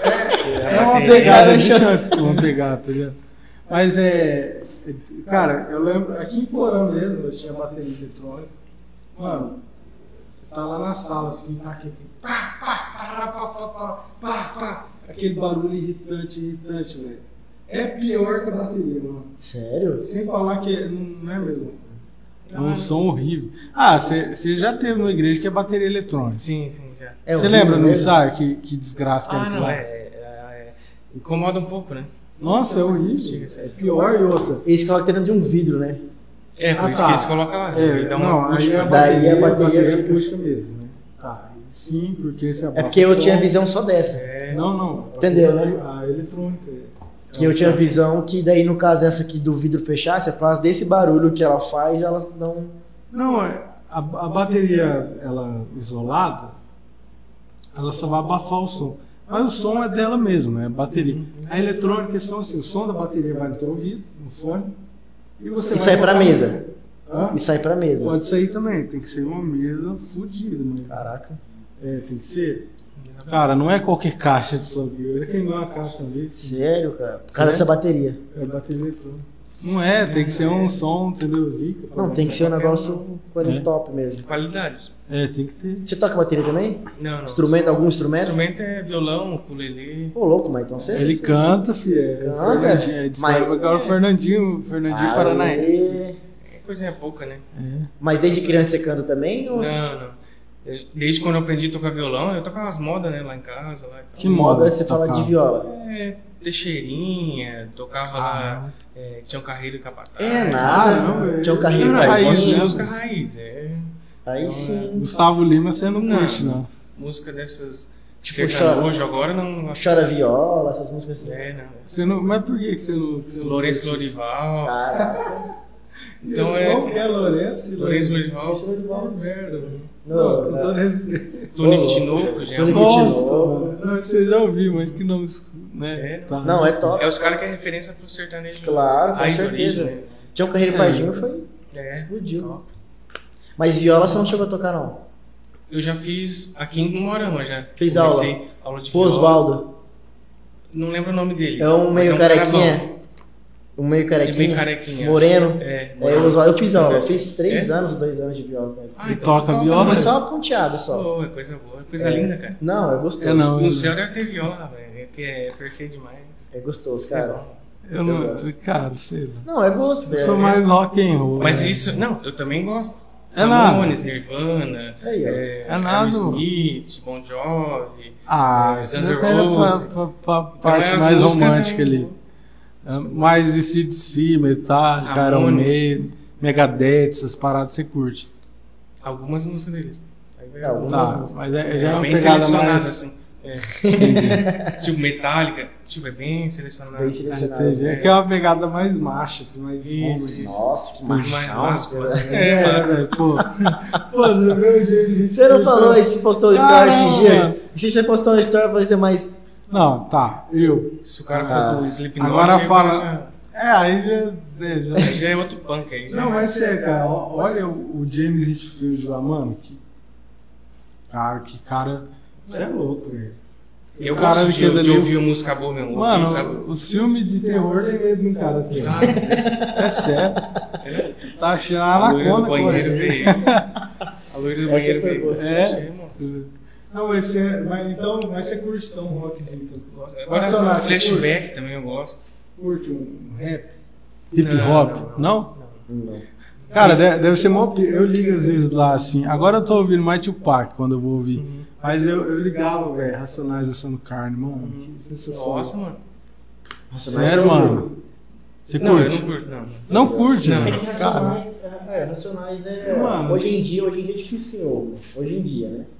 É, é uma pegada, deixa eu- uma pegada, tá ligado? Mas é, é- cara, eu lembro, aqui em Porão mesmo, eu tinha bateria eletrônica. Mano, você tá lá na sala assim, tá aqui, pá, pá, pá, pá, pá, pá, pá, pá, aquele barulho irritante, irritante, velho. É pior que a bateria, mano. Sério? Sem falar que é- não não é a mesma coisa. É um som horrível. Ah, você já teve numa igreja que é bateria eletrônica. Sim, sim, já. É Você horrível lembra no mesmo? ensaio que, que desgraça que Ah, era aquilo não, lá? é, é, é. Incomoda um pouco, né? Nossa, é horrível. É pior e outra. Eles colocam dentro de um vidro, né? É, por Ah, isso tá. que eles colocam lá. É, e dá uma não, aí acústica. a Daí bateria, a bateria é fica- acústica mesmo, né? Tá, sim, porque você É porque eu tinha visão só dessa. É, Não, não. Entendeu, né? A eletrônica. é- Que eu tinha visão que daí, no caso, essa aqui do vidro fechasse, é por causa desse barulho que ela faz, ela não... Não, é- a, a bateria, ela isolada, ela só vai abafar o som. Mas o som é dela mesmo, né? A bateria. A eletrônica é só assim, o som da bateria vai no teu ouvido, no fone, e você E vai sai pra botar- mesa. Hã? E sai pra mesa. Pode sair também, tem que ser uma mesa fodida, né? Caraca. É, tem que ser. Cara, não é qualquer caixa de som. Eu queimei uma caixa ali. Sério, cara? Por causa Sério? dessa bateria. É bateria eletrônica. Não é, tem que ser um som, entendeu? Zica. pra Não, tem que ser um botar. negócio É. top mesmo. qualidade. É, tem que ter. Você toca bateria também? Não, não. Instrumento, só- algum instrumento? Instrumento é violão, ukulele. Ô, louco, mas então você... Ele canta, filho. É, Canta? Fernandinho, é de Mas- samba, agora o Fernandinho, Fernandinho Paranaense. Aê. É coisinha pouca, né? É. Mas desde criança você canta também? Ou... Não, não. Eu- Desde quando eu aprendi a tocar violão, eu tocava as modas, né? Lá em casa. Lá e tal. Que moda moda você você fala de tocava? viola? É, Teixeirinha, tocava Ah. lá, é, tinha um carreiro e capataz. É, Ah, nada. não, Tinha um é- carrinho Não, não, Raiz, eu gosto de né? música raiz, é. Aí sim. Gustavo Lima você não, Não. curte, não. Música dessas Tipo, sertanejo agora não. Chora viola, essas músicas assim. É, não. Você não. Mas por que que você não. que você não Lourenço curte? Lorival. Cara, Então Qual é. que é Lourenço? Lourenço Lorival. Lourenço Lorival. Que merda, mano. Não, Não, com cara. todo respeito. Tonico Ô, Tinoco, já é Tonico um- Tinoco. Nossa, mano. Não, você já ouviu, mas que não. Né? É. Tá. não, é top. É os caras que é referência pro sertanejo. Claro, com raiz certeza. origem, né? Tinha um Carreiro É. Pardinho, foi... É. Explodiu. Mas viola você não chegou a tocar, não? Eu já fiz aqui em Moarama já. Fez Comecei aula? aula de Pô, viola. Osvaldo. Não lembro o nome dele. É um mas meio um cara carequinha. bom. Um meio Ele carequinha. meio carequinha. Moreno. É, É, o Osvaldo, eu fiz aula. Eu É? fiz três anos, dois anos de viola. Cara. Ah, E então toca toca, viola? Mas né? só uma ponteada só. Pô, é coisa boa, é coisa É. linda, cara. Não, é gostoso. É, não. No céu deve ter viola, velho. É que é perfeito demais. É gostoso, É cara. bom. Eu não. Cara, sei lá. Não, é gosto, Eu velho. sou mais rock and roll. Mas né? isso, não, eu também gosto. É nada. Ramones, Nirvana, Aí, ó. é, É nada. Aerosmith, Bon Jovi. Ah, É, isso Guns N' até era pra, Roses. pra, pra parte Então, as mais músicas romântica tem- ali. É, mais de C D C, Metallica, Iron Ramones. Maiden, Megadeth, essas paradas você curte. Algumas músicas deles. Aí É, algumas Tá, músicas. mas é, já é uma bem pegada selecionado, mais... assim. É. Tipo, Metallica, tipo, é bem selecionado. Bem Ah, selecionado. entendi. É que é uma pegada mais macha, assim, mais Isso, fome. isso. Nossa, que Mais machão. másculo. cara. É, É, mas, é, pô. Pô, você viu o jeito Você não falou e se postou um story Ah, esses não, dias? mano. E se você postou um story, vai ser mais. Não, tá, eu. Se o cara Ah. for do Slipknot, Agora aí fala. É, aí já. É, já... Já, já é outro punk aí. Já. Não, mas sério, cara, ó- olha o, o James Hetfield lá, mano. Que... Cara, que cara. Você é louco, velho. Eu O cara gosto que de, é de dali- ouvir música boa mesmo. Mano, ouvir, sabe? os filmes de terror tem medo de um cara aqui. Ah, É sério. é. Tá achando a A loira do anaconda banheiro correndo. veio. A loira do Essa banheiro foi veio. boa. É. Achei, mano. Não, mas você. Mas então, mas você curte então um rockzinho. Então. Agora, Nacional, você flashback também eu gosto. Curte um rap? Hip Não, hop? não, Não? não. Não. Cara, de- deve ser mó. pi- Eu ligo às vezes lá assim. Agora eu tô ouvindo mais Tupac quando eu vou ouvir. Uhum. Mas eu, eu ligava, velho, Racionais assando carne, mano. Que sensação. Nossa, mano. Sério, mano? Você Não, eu curte? não curto, não. Não curte, Não. né? É que Cara, Racionais, é, é, Racionais é. Mano. Hoje em dia, hoje em dia é difícil ser novo. Hoje em dia, né?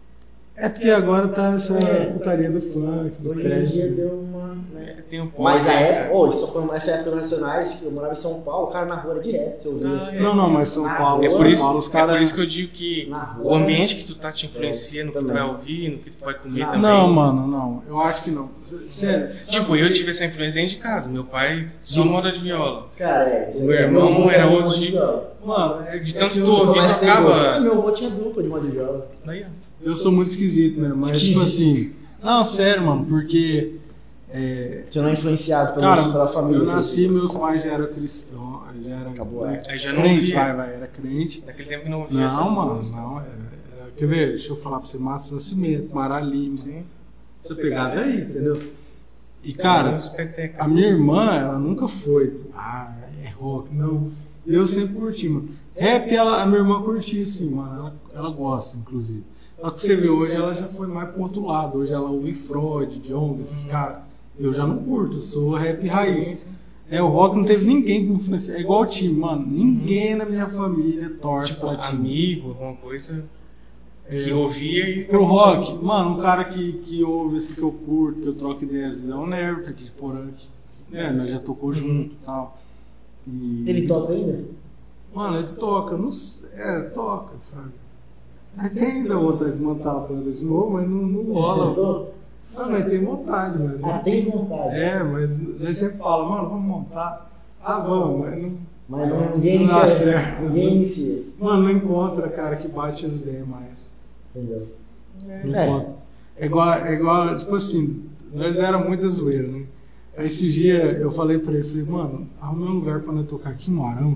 é porque agora tá essa É. putaria do funk, do Hoje em trash. dia deu uma. Né? É, tem um pop, Mas a né, época, cara? oh, isso foi nessa época dos Racionais, eu morava em São Paulo, o cara na rua era direto, você ouvia. Ah, é. Não, não, mas São Na Paulo, É rua, por, São isso, Paulo, os é caras. por isso que eu digo que Na rua, o ambiente que tu tá te influencia no que tu também. vai ouvir, no que tu vai comer Não, também. Não, mano, não. Eu acho que não. Sério. Tipo, eu tive essa influência dentro de casa. Meu pai só moda de viola. Cara, é. isso O meu aí, irmão avô era tinha outro uma de tipo. viola. Mano, é De é tanto que eu tu sou- ouvir, Mas tu tem acaba. dupla. Meu avô tinha dupla de moda de viola. Daí, ó. Eu sou muito esquisito mesmo, mas tipo assim. Não, sério, mano, porque. É, Você não é influenciado pela, cara, pela família. eu nasci, meus pais já eram cristãos, já era Acabou, é. Aí já não crente, ouvia. vai, vai, era crente. Naquele tempo que não ouvia essas Não, mano, coisas. não. Era, era- quer ver? Deixa eu falar pra você, Matos Nascimento, Mará Lima, Sim. essa pegada aí, entendeu? E Cara, cara, uns petecas. a minha irmã, ela nunca foi. Ah, é rock, não. Eu sempre curti, mano. Rap, ela, a minha irmã curtia, sim, mano. Ela, ela gosta, inclusive. Só que você vê, hoje ela já foi mais pro outro lado. Hoje ela ouve Freud, John, esses caras. Eu já não curto, eu sou rap raiz. É, o rock não teve ninguém que me influenciou. É igual o time, mano. Ninguém na minha família torce Tipo, pra time. amigo, alguma coisa É, que ouvia e. Pro rock, mano, um cara que, que ouve esse que eu curto, que eu troco ideias, é o Nervo, aqui de Porã. que, É, nós já tocou junto e tal. E- Ele toca ainda? Mano, ele toca, não sei. É, toca, sabe? Mas tem ainda vontade de montar a banda de novo, mas não, não Você rola. sentou? Ah, mas tem vontade, mano. Ah, tem vontade. É, mas nós sempre fala, mano, vamos montar. Ah, vamos, mas não. Mas não, ninguém Não dá inicia. certo. Ninguém inicia. Mano, não encontra cara que bate as ideias mais. Entendeu? Não É. encontra. É igual, é igual, tipo assim, nós era muito da zoeira, né? Aí esses dias eu falei pra ele, falei, mano, arrumei um lugar pra nós tocar aqui em Moarama.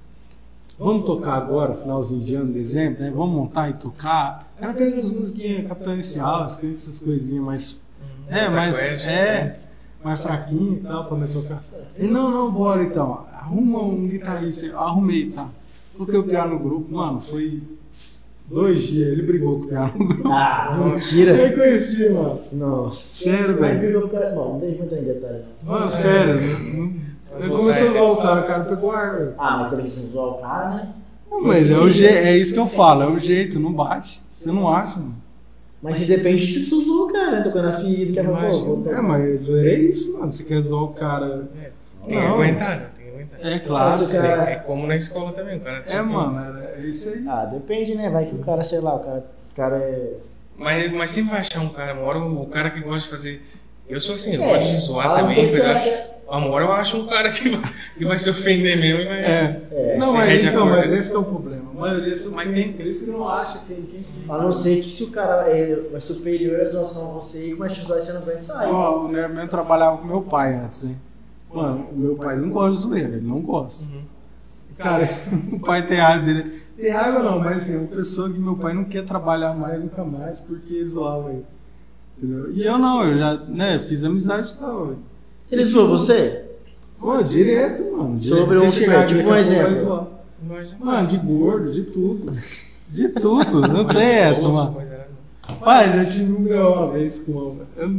Vamos tocar agora, finalzinho de ano, dezembro, né? Vamos montar e tocar. Era pegar as musiquinhas Capitão Inicial, essas coisinhas mais. É, mais. Quest, É, mais fraquinho e tal, pra nós tocar. Ele, não, não, bora então. Arruma um guitarrista. Eu arrumei, tá? Coloquei o piano no grupo, mano, foi dois dias, ele brigou com o piano no grupo. Ah, Eu mentira. nem conhecia, mano. Nossa. Sério, Mas velho. brigou com o cara. Bom, não deixa muito em detalhe. não. Mano, sério. não- Ele começou a zoar o cara, o cara pegou ar, velho. Ah, mas também se não zoar o cara, né? Não, mas é, o je... é isso que eu falo, é o jeito, não bate. Você não acha, mano. Mas se depende se você zoou o cara, né? Tocando a ferida, que é pra Imagina. pô, vou É, mas é isso, mano. Você quer zoar o cara. É, tem que Não. aguentar, né? Tem que aguentar. É claro. Mas o cara- É como na escola também, o cara. É, mano, é, é isso aí. Ah, depende, né? Vai que o cara, sei lá, o cara, o cara é. Mas, mas sempre vai achar um cara, uma hora o cara que gosta de fazer. Eu sou assim, eu É, gosto de zoar fala também, o que mas você eu acho- acha. uma hora eu acho um cara que vai, que vai se ofender mesmo e vai. É. É, Não, se mas rende a então, corda. mas esse que é o problema. A maioria se Mas ofende, tem- por isso que não acha quem quem A não ser que se o cara é, é superior à zoação a você e começa a zoar e você não aguenta sair. Ó, o Nerman trabalhava com meu pai antes, hein? Mano, o meu pai não gosta de zoeira, ele não gosta. Uhum. Cara, o pai tem raiva dele. Tem raiva não, mas assim, é uma pessoa que meu pai não quer trabalhar mais, nunca mais, porque zoava ele. Entendeu? E eu não, eu já, né, fiz amizade e tal, velho. Ele zoou você? Pô, direto, mano. Direto. Sobre Você um- chegar aqui, tipo um daqui a pouco vai exemplo. zoar. Imagina. Mano, de gordo, de tudo. De tudo, não tem essa, Nossa, mano. coisa, né? Rapaz, eu tive um B O uma vez com uma. eu-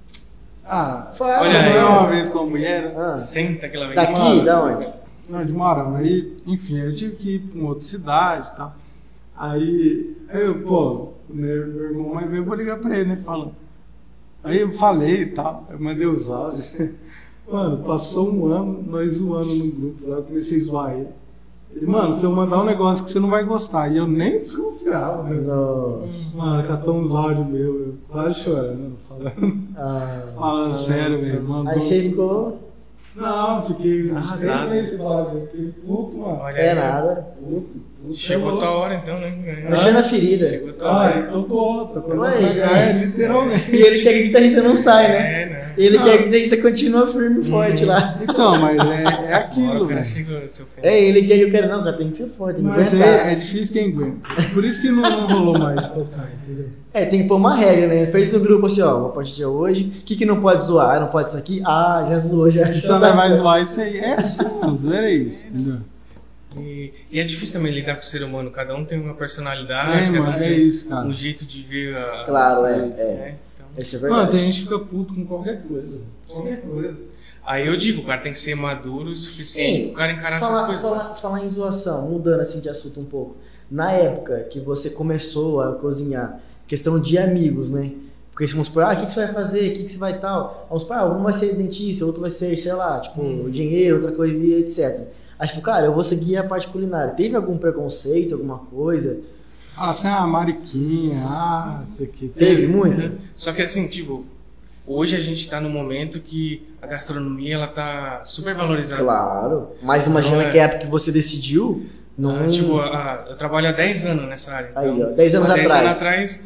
Ah, Fala, Olha um aí. B O mano. uma vez com uma mulher. Ah, Senta aquela vez. daqui? Da onde? Não, de Moarama. Aí, enfim, eu tive que ir pra uma outra cidade e tal. Aí, aí eu, pô, meu, meu irmão mais velho, eu vou ligar pra ele, né? Falando. Aí eu falei e tal, eu mandei os áudios. Mano, passou um ano, nós zoando no grupo, lá eu comecei a zoar ele. Ele, mano, se eu mandar um negócio que você não vai gostar, e eu nem desconfiava, né? Nossa. Mano, catou uns áudios meus, eu quase chorando, falando, Ah, falando sério, velho. Mandou... Aí você ficou. Não, fiquei Arrasado. sem nesse bagulho, fiquei puto, mano. Olha É aí. nada. Puto, puto. Chegou tua hora então, né? Mexendo na ferida. Chegou tua Ah, hora. ele tocou, tocou na Ué, praga, é, literalmente. E ele quer que o guitarrista não saia, né? É, né? Ele quer que o guitarrista continue firme e forte lá. Então, mas é, é Agora aquilo, o cara velho. chegou, seu filho. É, ele quer que eu quero. Não, cara, tem que ser forte, tem que Mas aguentar. é, é difícil quem aguenta. Por isso que não, não rolou mais de tocar, entendeu? É, tem que pôr uma regra, né? Fez no grupo assim, ó, a partir de hoje, o que que não pode zoar? Não pode isso aqui? Ah, já zoou, já. já Então tá nós vai certo. zoar isso aí. É assim, mano, zoeira é isso, entendeu? E, e é difícil também lidar com o ser humano, cada um tem uma personalidade, É, cada um mano, é tem isso, cara. um jeito de ver a. Claro, é, né? é. Então, Isso é Mano, verdade. tem gente que fica puto com qualquer coisa. Qualquer coisa. aí eu digo, o cara tem que ser maduro o suficiente Sim. pro cara encarar essas Falar, coisas. falar, falar em zoação, mudando assim de assunto um pouco. Na época que você começou a cozinhar, questão de amigos, né? Porque vamos supor, ah, o que, que você vai fazer? O que, que você vai tal? Vamos supor, ah, um vai ser dentista, outro vai ser, sei lá, tipo, Hum. dinheiro, outra coisa, e etcétera. Aí, tipo, cara, eu vou seguir a parte culinária. Teve algum preconceito, alguma coisa? Ah, assim, ah, mariquinha, ah, isso aqui. Teve muito? Só que assim, tipo, hoje a gente tá num momento que a gastronomia ela tá super valorizada. Claro. Mas imagina Então, é. que a época que você decidiu, não... Ah, tipo, a- eu trabalho há dez anos nessa área. Aí, então, ó, dez anos há dez atrás. anos atrás,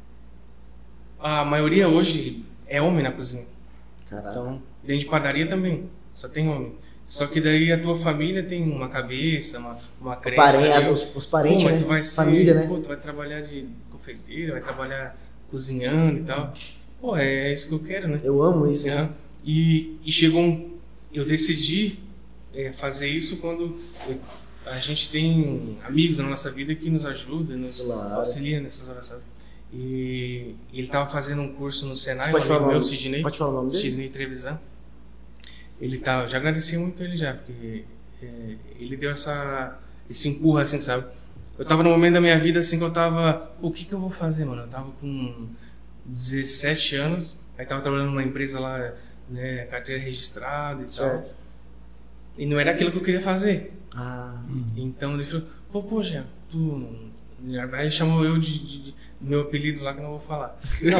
a maioria hoje é homem na cozinha. Caraca. Então, dentro de padaria também, só tem homem. Só que daí a tua família tem uma cabeça, uma, uma crença. Parente, ali. os, os parentes, Pô, mas né? tu vai ser, Família, né? Pô, tu vai trabalhar de confeiteiro, vai trabalhar cozinhando e tal. Pô, é isso que eu quero, né? Eu amo isso. Aham. E, e chegou um... Eu decidi é, fazer isso quando eu- a gente tem amigos na nossa vida que nos ajudam, nos Claro. auxiliam nessas horas, sabe? E ele estava fazendo um curso no Senai, Você um pode amigo falar o meu, nome? Sidney. Pode falar o nome dele? Sidney Trevisan. Ele tá, já agradeci muito ele já, porque é, ele deu essa, esse empurro, assim, sabe? Eu tava no momento da minha vida, assim, que eu tava... Pô, o que que eu vou fazer, mano? Eu tava com dezessete anos, aí tava trabalhando numa empresa lá, né, carteira registrada e tal. Certo. E não era aquilo que eu queria fazer. Ah, Então ele falou, pô, pô, Jean, tu... Aí ele chamou eu de, de- de- meu apelido lá que eu não vou falar.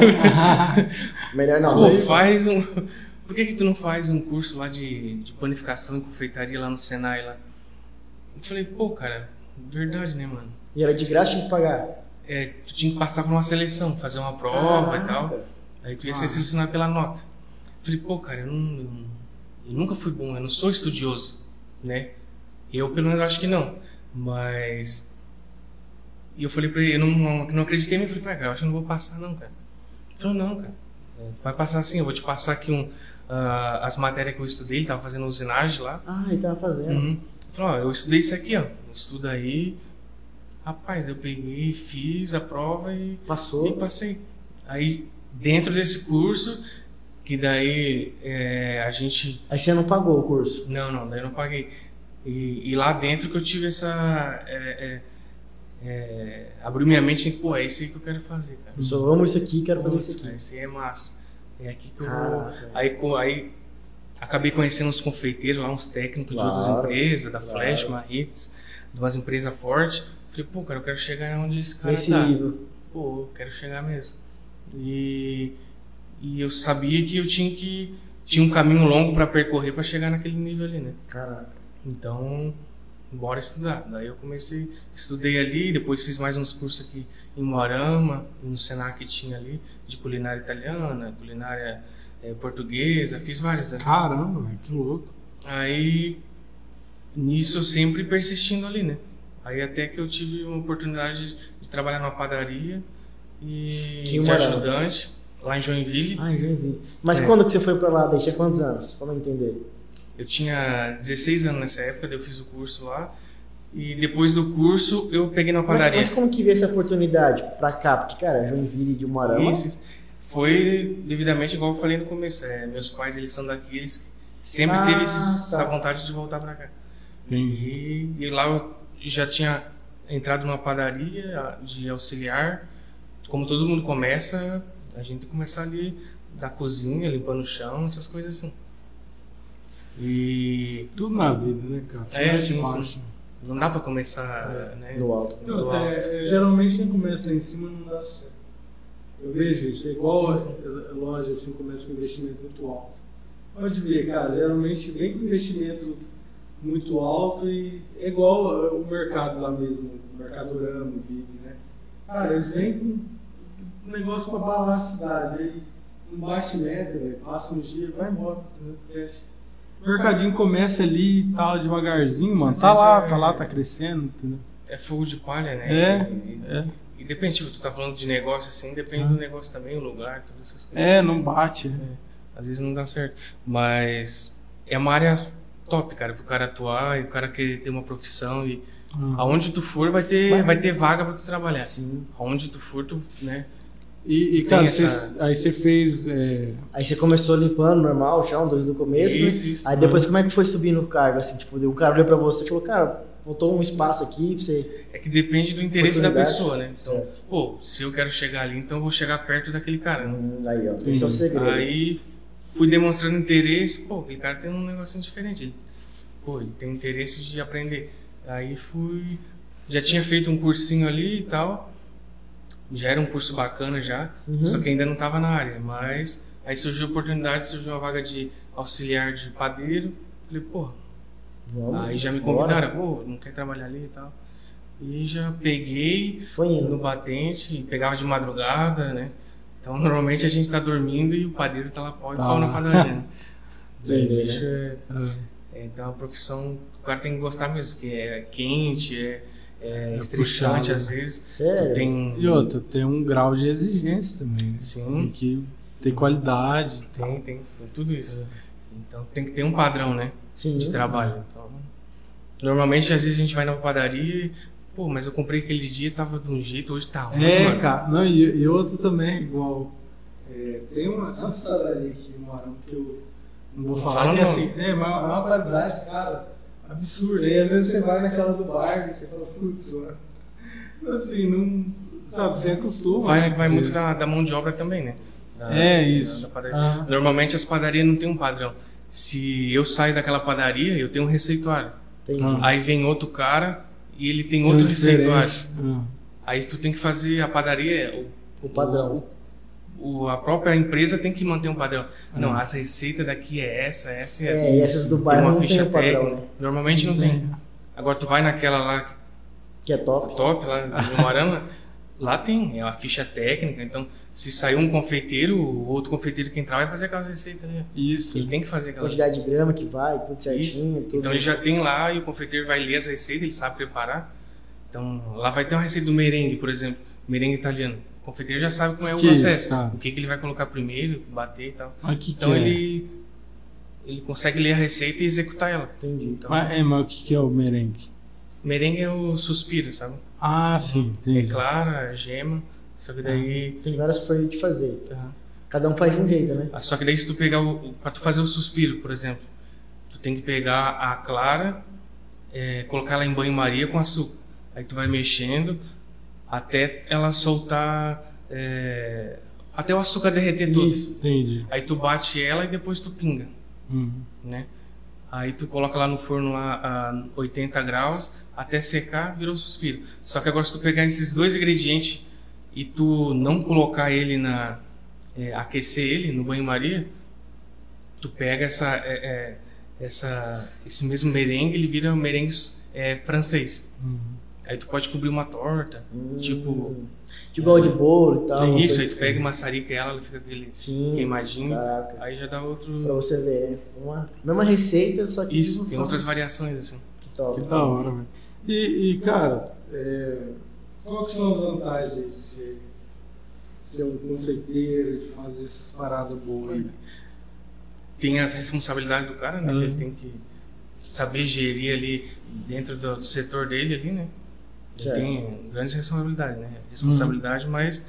melhor não. Pô, né? faz um... Por que que tu não faz um curso lá de, de panificação e confeitaria lá no Senai lá? Eu falei, pô, cara, verdade, né, mano? E era de graça, tinha que pagar. É, tu tinha que passar por uma seleção, fazer uma prova Caraca. e tal. Aí tu ia ser Ah. selecionado pela nota. Eu falei, pô, cara, eu, não, eu, eu nunca fui bom, eu não sou estudioso, né? Eu, pelo menos, acho que não. Mas... E eu falei pra ele, eu não, não, não acreditei em mim. Eu falei, pai, cara, eu acho que eu não vou passar não, cara. Ele falou, não, cara, vai passar sim, eu vou te passar aqui um, ah, as matérias que eu estudei. Ele tava fazendo usinagem lá. Ah, ele tava fazendo. Uhum. Ele falou, ó, eu estudei isso aqui, ó, estuda aí. Rapaz, eu peguei, fiz a prova e, Passou. e passei. Aí, dentro desse curso, que daí é, a gente... Aí você não pagou o curso. Não, não, daí eu não paguei. E, e lá dentro que eu tive essa... É, é, é, abriu minha mente e, pô, é isso aí que eu quero fazer, cara. Eu só amo isso aqui, quero fazer Putz, isso cara, aqui. isso aí é massa. É aqui que eu Caraca. vou... Aí, co- aí acabei conhecendo uns confeiteiros lá, uns técnicos Claro, de outras empresas, da claro. Flash, Maritz, de umas empresas fortes. Falei, pô, cara, eu quero chegar onde esse cara Nesse tá. nível. Pô, eu quero chegar mesmo. E, e eu sabia que eu tinha que... Tinha um caminho longo pra percorrer pra chegar naquele nível ali, né? Caraca. Então, bora estudar. Daí eu comecei, estudei ali, depois fiz mais uns cursos aqui em Moarama, no Senac que tinha ali, de culinária italiana, culinária eh, portuguesa, fiz vários ali. Caramba, velho, que louco. Aí, nisso eu sempre persistindo ali, né? Aí até que eu tive uma oportunidade de, de trabalhar numa padaria e Que de Moarama? ajudante, lá em Joinville. Ai, já vi. Mas É. quando que você foi pra lá? Daí tinha quantos anos? Pra eu entender. Eu tinha dezesseis anos nessa época, daí eu fiz o curso lá. E depois do curso, eu peguei numa Mas, padaria. mas como que veio essa oportunidade pra cá? Porque, cara, Joinville de Moarama... Isso, isso. Foi devidamente igual eu falei no começo. É, meus pais, eles são daqueles que sempre Ah, teve esses- tá. essa vontade de voltar pra cá. Entendi. E, e lá eu já tinha entrado numa padaria de auxiliar, como todo mundo começa, a gente tem que começar ali da cozinha, limpando o chão, essas coisas assim. E Tudo na vida, né, cara? É, Começa sim, embaixo. sim. Não dá pra começar, né? No alto. Eu Do até- alto. é, geralmente quem começa lá em cima não dá certo. Eu vejo isso, é igual a a loja assim, começa com investimento muito alto. Pode ver, cara, geralmente vem com investimento muito alto e é igual o mercado lá mesmo, o Mercadorama, o Big, né? Cara, eles vêm com um negócio pra abalar a cidade, aí não bate meta, velho, passa um dia, vai embora, entendeu? Fecha. O mercadinho começa ali e tal, devagarzinho, mano. Às Tá vezes lá, é- tá lá, tá crescendo, entendeu? É fogo de palha, né? É, E, é. e depende, tipo, tu tá falando de negócio assim, depende Ah. do negócio também, o lugar, todas essas coisas. É, não bate. Às vezes não dá certo. Mas é uma área top, cara, pro cara atuar e o cara querer ter uma profissão e Ah. aonde tu for vai ter, Vai- vai ter vaga pra tu trabalhar. Sim. Aonde tu for, tu, né? E, e, Tem cara, essa- cê- aí você fez. é, Aí você começou limpando normal, o chão, desde o começo, né? Isso, isso. Aí depois como é que foi subindo o cargo? Assim, tipo, o cara olhou pra você e falou, cara, botou um espaço aqui pra você... É que depende do interesse da Oportunidade. pessoa, né? Então, Certo. pô, se eu quero chegar ali, então eu vou chegar perto daquele cara, né? Hum, aí, ó, esse é o segredo. Aí fui demonstrando interesse, pô, aquele cara tem um negocinho diferente. Ele, pô, ele tem interesse de aprender. Aí fui. Já tinha feito um cursinho ali e tal. Já era um curso bacana já. Uhum. Só que ainda não estava na área. Mas aí surgiu a oportunidade, surgiu uma vaga de auxiliar de padeiro. Falei, pô. Vamos, Aí já me bora. convidaram, pô, não quer trabalhar ali e tal. E já peguei Foi indo. no batente, pegava de madrugada, né? Então normalmente a gente tá dormindo e o padeiro tá lá pau e Tá pau na lá. padaria. Né? Entendi, Isso né? é, é, então é uma profissão que o cara tem que gostar mesmo, que é quente, é, é É estressante puxado. às vezes. Sério? Tem, E outra, tem um grau de exigência também. né? Sim. Tem que ter qualidade. tem, tem, tem tudo isso. Então tem que ter um padrão, né? Sim. De trabalho. Então, normalmente às vezes a gente vai na padaria e, pô, mas eu comprei aquele dia, tava de um jeito, hoje tá ruim, É, mano. cara. Não, e, e outra também, igual. é, tem uma, tem uma padaria aqui em Moarama que eu não vou falar, Fala que não. assim, é, mas é uma qualidade, cara, absurda. E às vezes você vai naquela do bairro e você fala, putz, mano. Assim, não. Sabe, você acostuma. Vai, né? vai Você- muito da, da mão de obra também, né? Da- É isso. da padaria. Ah. Normalmente as padarias não tem um padrão. Se eu saio daquela padaria, eu tenho um receituário. Entendi. Ah. Aí vem outro cara e ele tem É outro diferente. receituário. Ah. Aí tu tem que fazer a padaria, o, O padrão. O, o- a própria empresa tem que manter um padrão. Não, Ah. as receitas daqui é essa, essa e É, essa. e essas do Tem bairro uma não ficha tem o padrão, técnica. né? Normalmente não tem. Agora tu vai naquela lá Que é top. top lá no Moarama, lá tem, é uma ficha técnica, então se sair um confeiteiro, o outro confeiteiro que entrar vai fazer aquelas receitas ali. Isso. Ele tem que fazer aquela Quantidade de grama que vai, tudo certinho, Isso. tudo. Então ele já tem lá e o confeiteiro vai ler as receitas, ele sabe preparar. Então lá vai ter uma receita do merengue, por exemplo, merengue italiano. O confeiteiro já sabe como é o Que processo, isso, cara? o que, que ele vai colocar primeiro, bater e tal. Mas que Então que é? ele ele consegue ler a receita e executar ela. Entendi. Então, Mas, é, mas o que, que é o merengue? merengue é o suspiro, sabe? Ah, sim, É entendi. clara, gema, só que daí Tem várias formas de fazer. Aham. Cada um faz de um jeito, né? Ah, Só que daí se tu pegar o. Pra tu fazer o suspiro, por exemplo, tu tem que pegar a clara, é, colocar ela em banho-maria com açúcar. Aí tu vai mexendo até ela soltar. é, até o açúcar derreter todo. Isso. Entendi. Aí tu bate ela e depois tu pinga, Uhum. né? Aí tu coloca lá no forno lá a oitenta graus, até secar, virou suspiro. Só que agora se tu pegar esses dois ingredientes e tu não colocar ele na... é, aquecer ele no banho-maria, tu pega essa, é, é, essa, esse mesmo merengue, ele vira um merengue é, francês. Uhum. Aí tu pode cobrir uma torta, Hum, tipo... Tipo igual de bolo e tal. tem uma isso, coisa aí tu assim. pega e maçarica ela, ela fica aquele Sim. queimadinho, Caraca. aí já dá Pra outro... você ver, né? Uma mesma receita, só que. Isso, de tem uma outras forma- variações, assim. Que top. Que da hora, velho. E, e, cara, é, quais são as vantagens aí de ser, ser um confeiteiro, de fazer essas paradas boas aí? Tem as responsabilidades do cara, né? Uhum. Ele tem que saber gerir ali dentro do, do setor dele ali, né? Ele Certo. tem grandes responsabilidades, né? Responsabilidade, mas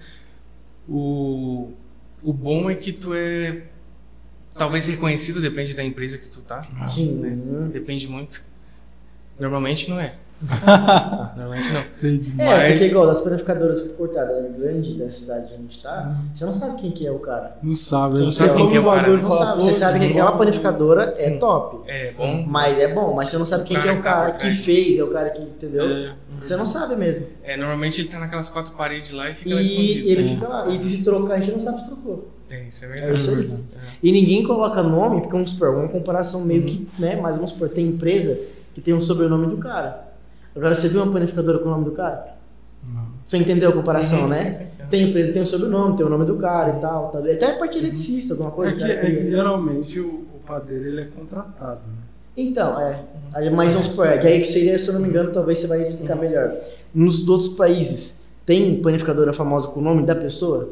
o, o bom é que tu é talvez reconhecido, depende da empresa que tu tá. Ah, Sim. né? Hum. Depende muito. Normalmente não é. Normalmente não. Entendi. É, Mas- porque igual das panificadoras cortadas grande da cidade onde a gente tá, você não sabe quem que é o cara. Não sabe, Quem não que sabe é o- como quem que é o o cara, bagulho né? Não fala, sabe, pô, você sabe que esse aquela nome- panificadora é Sim. top. É bom. Mas é bom, mas você não sabe quem O que é o cara que tá cara por que trás. fez, é o cara que, entendeu? É. Você não sabe mesmo. É, normalmente ele tá naquelas quatro paredes lá e fica lá E escondido. ele É. fica lá. E se trocar, a gente não sabe se trocou. É, isso é É verdade. isso aí. verdade. E ninguém coloca nome, porque vamos supor, uma comparação meio Uhum. que, né? Mas vamos supor, tem empresa que tem um sobrenome do cara. Agora você viu uma panificadora com o nome do cara? Não. Você entendeu a comparação, Uhum, né? sim, sim. Tem empresa que tem o sobrenome, tem o nome do cara e tal. tal. Até a parte eletricista, alguma É coisa. que, cara, é que cria. geralmente o, o padeiro ele é contratado, né? Então, é. Aí, mas vamos supor, é que aí que seria, se eu não me engano, talvez você vai explicar melhor. Nos outros países, tem panificadora famosa com o nome da pessoa?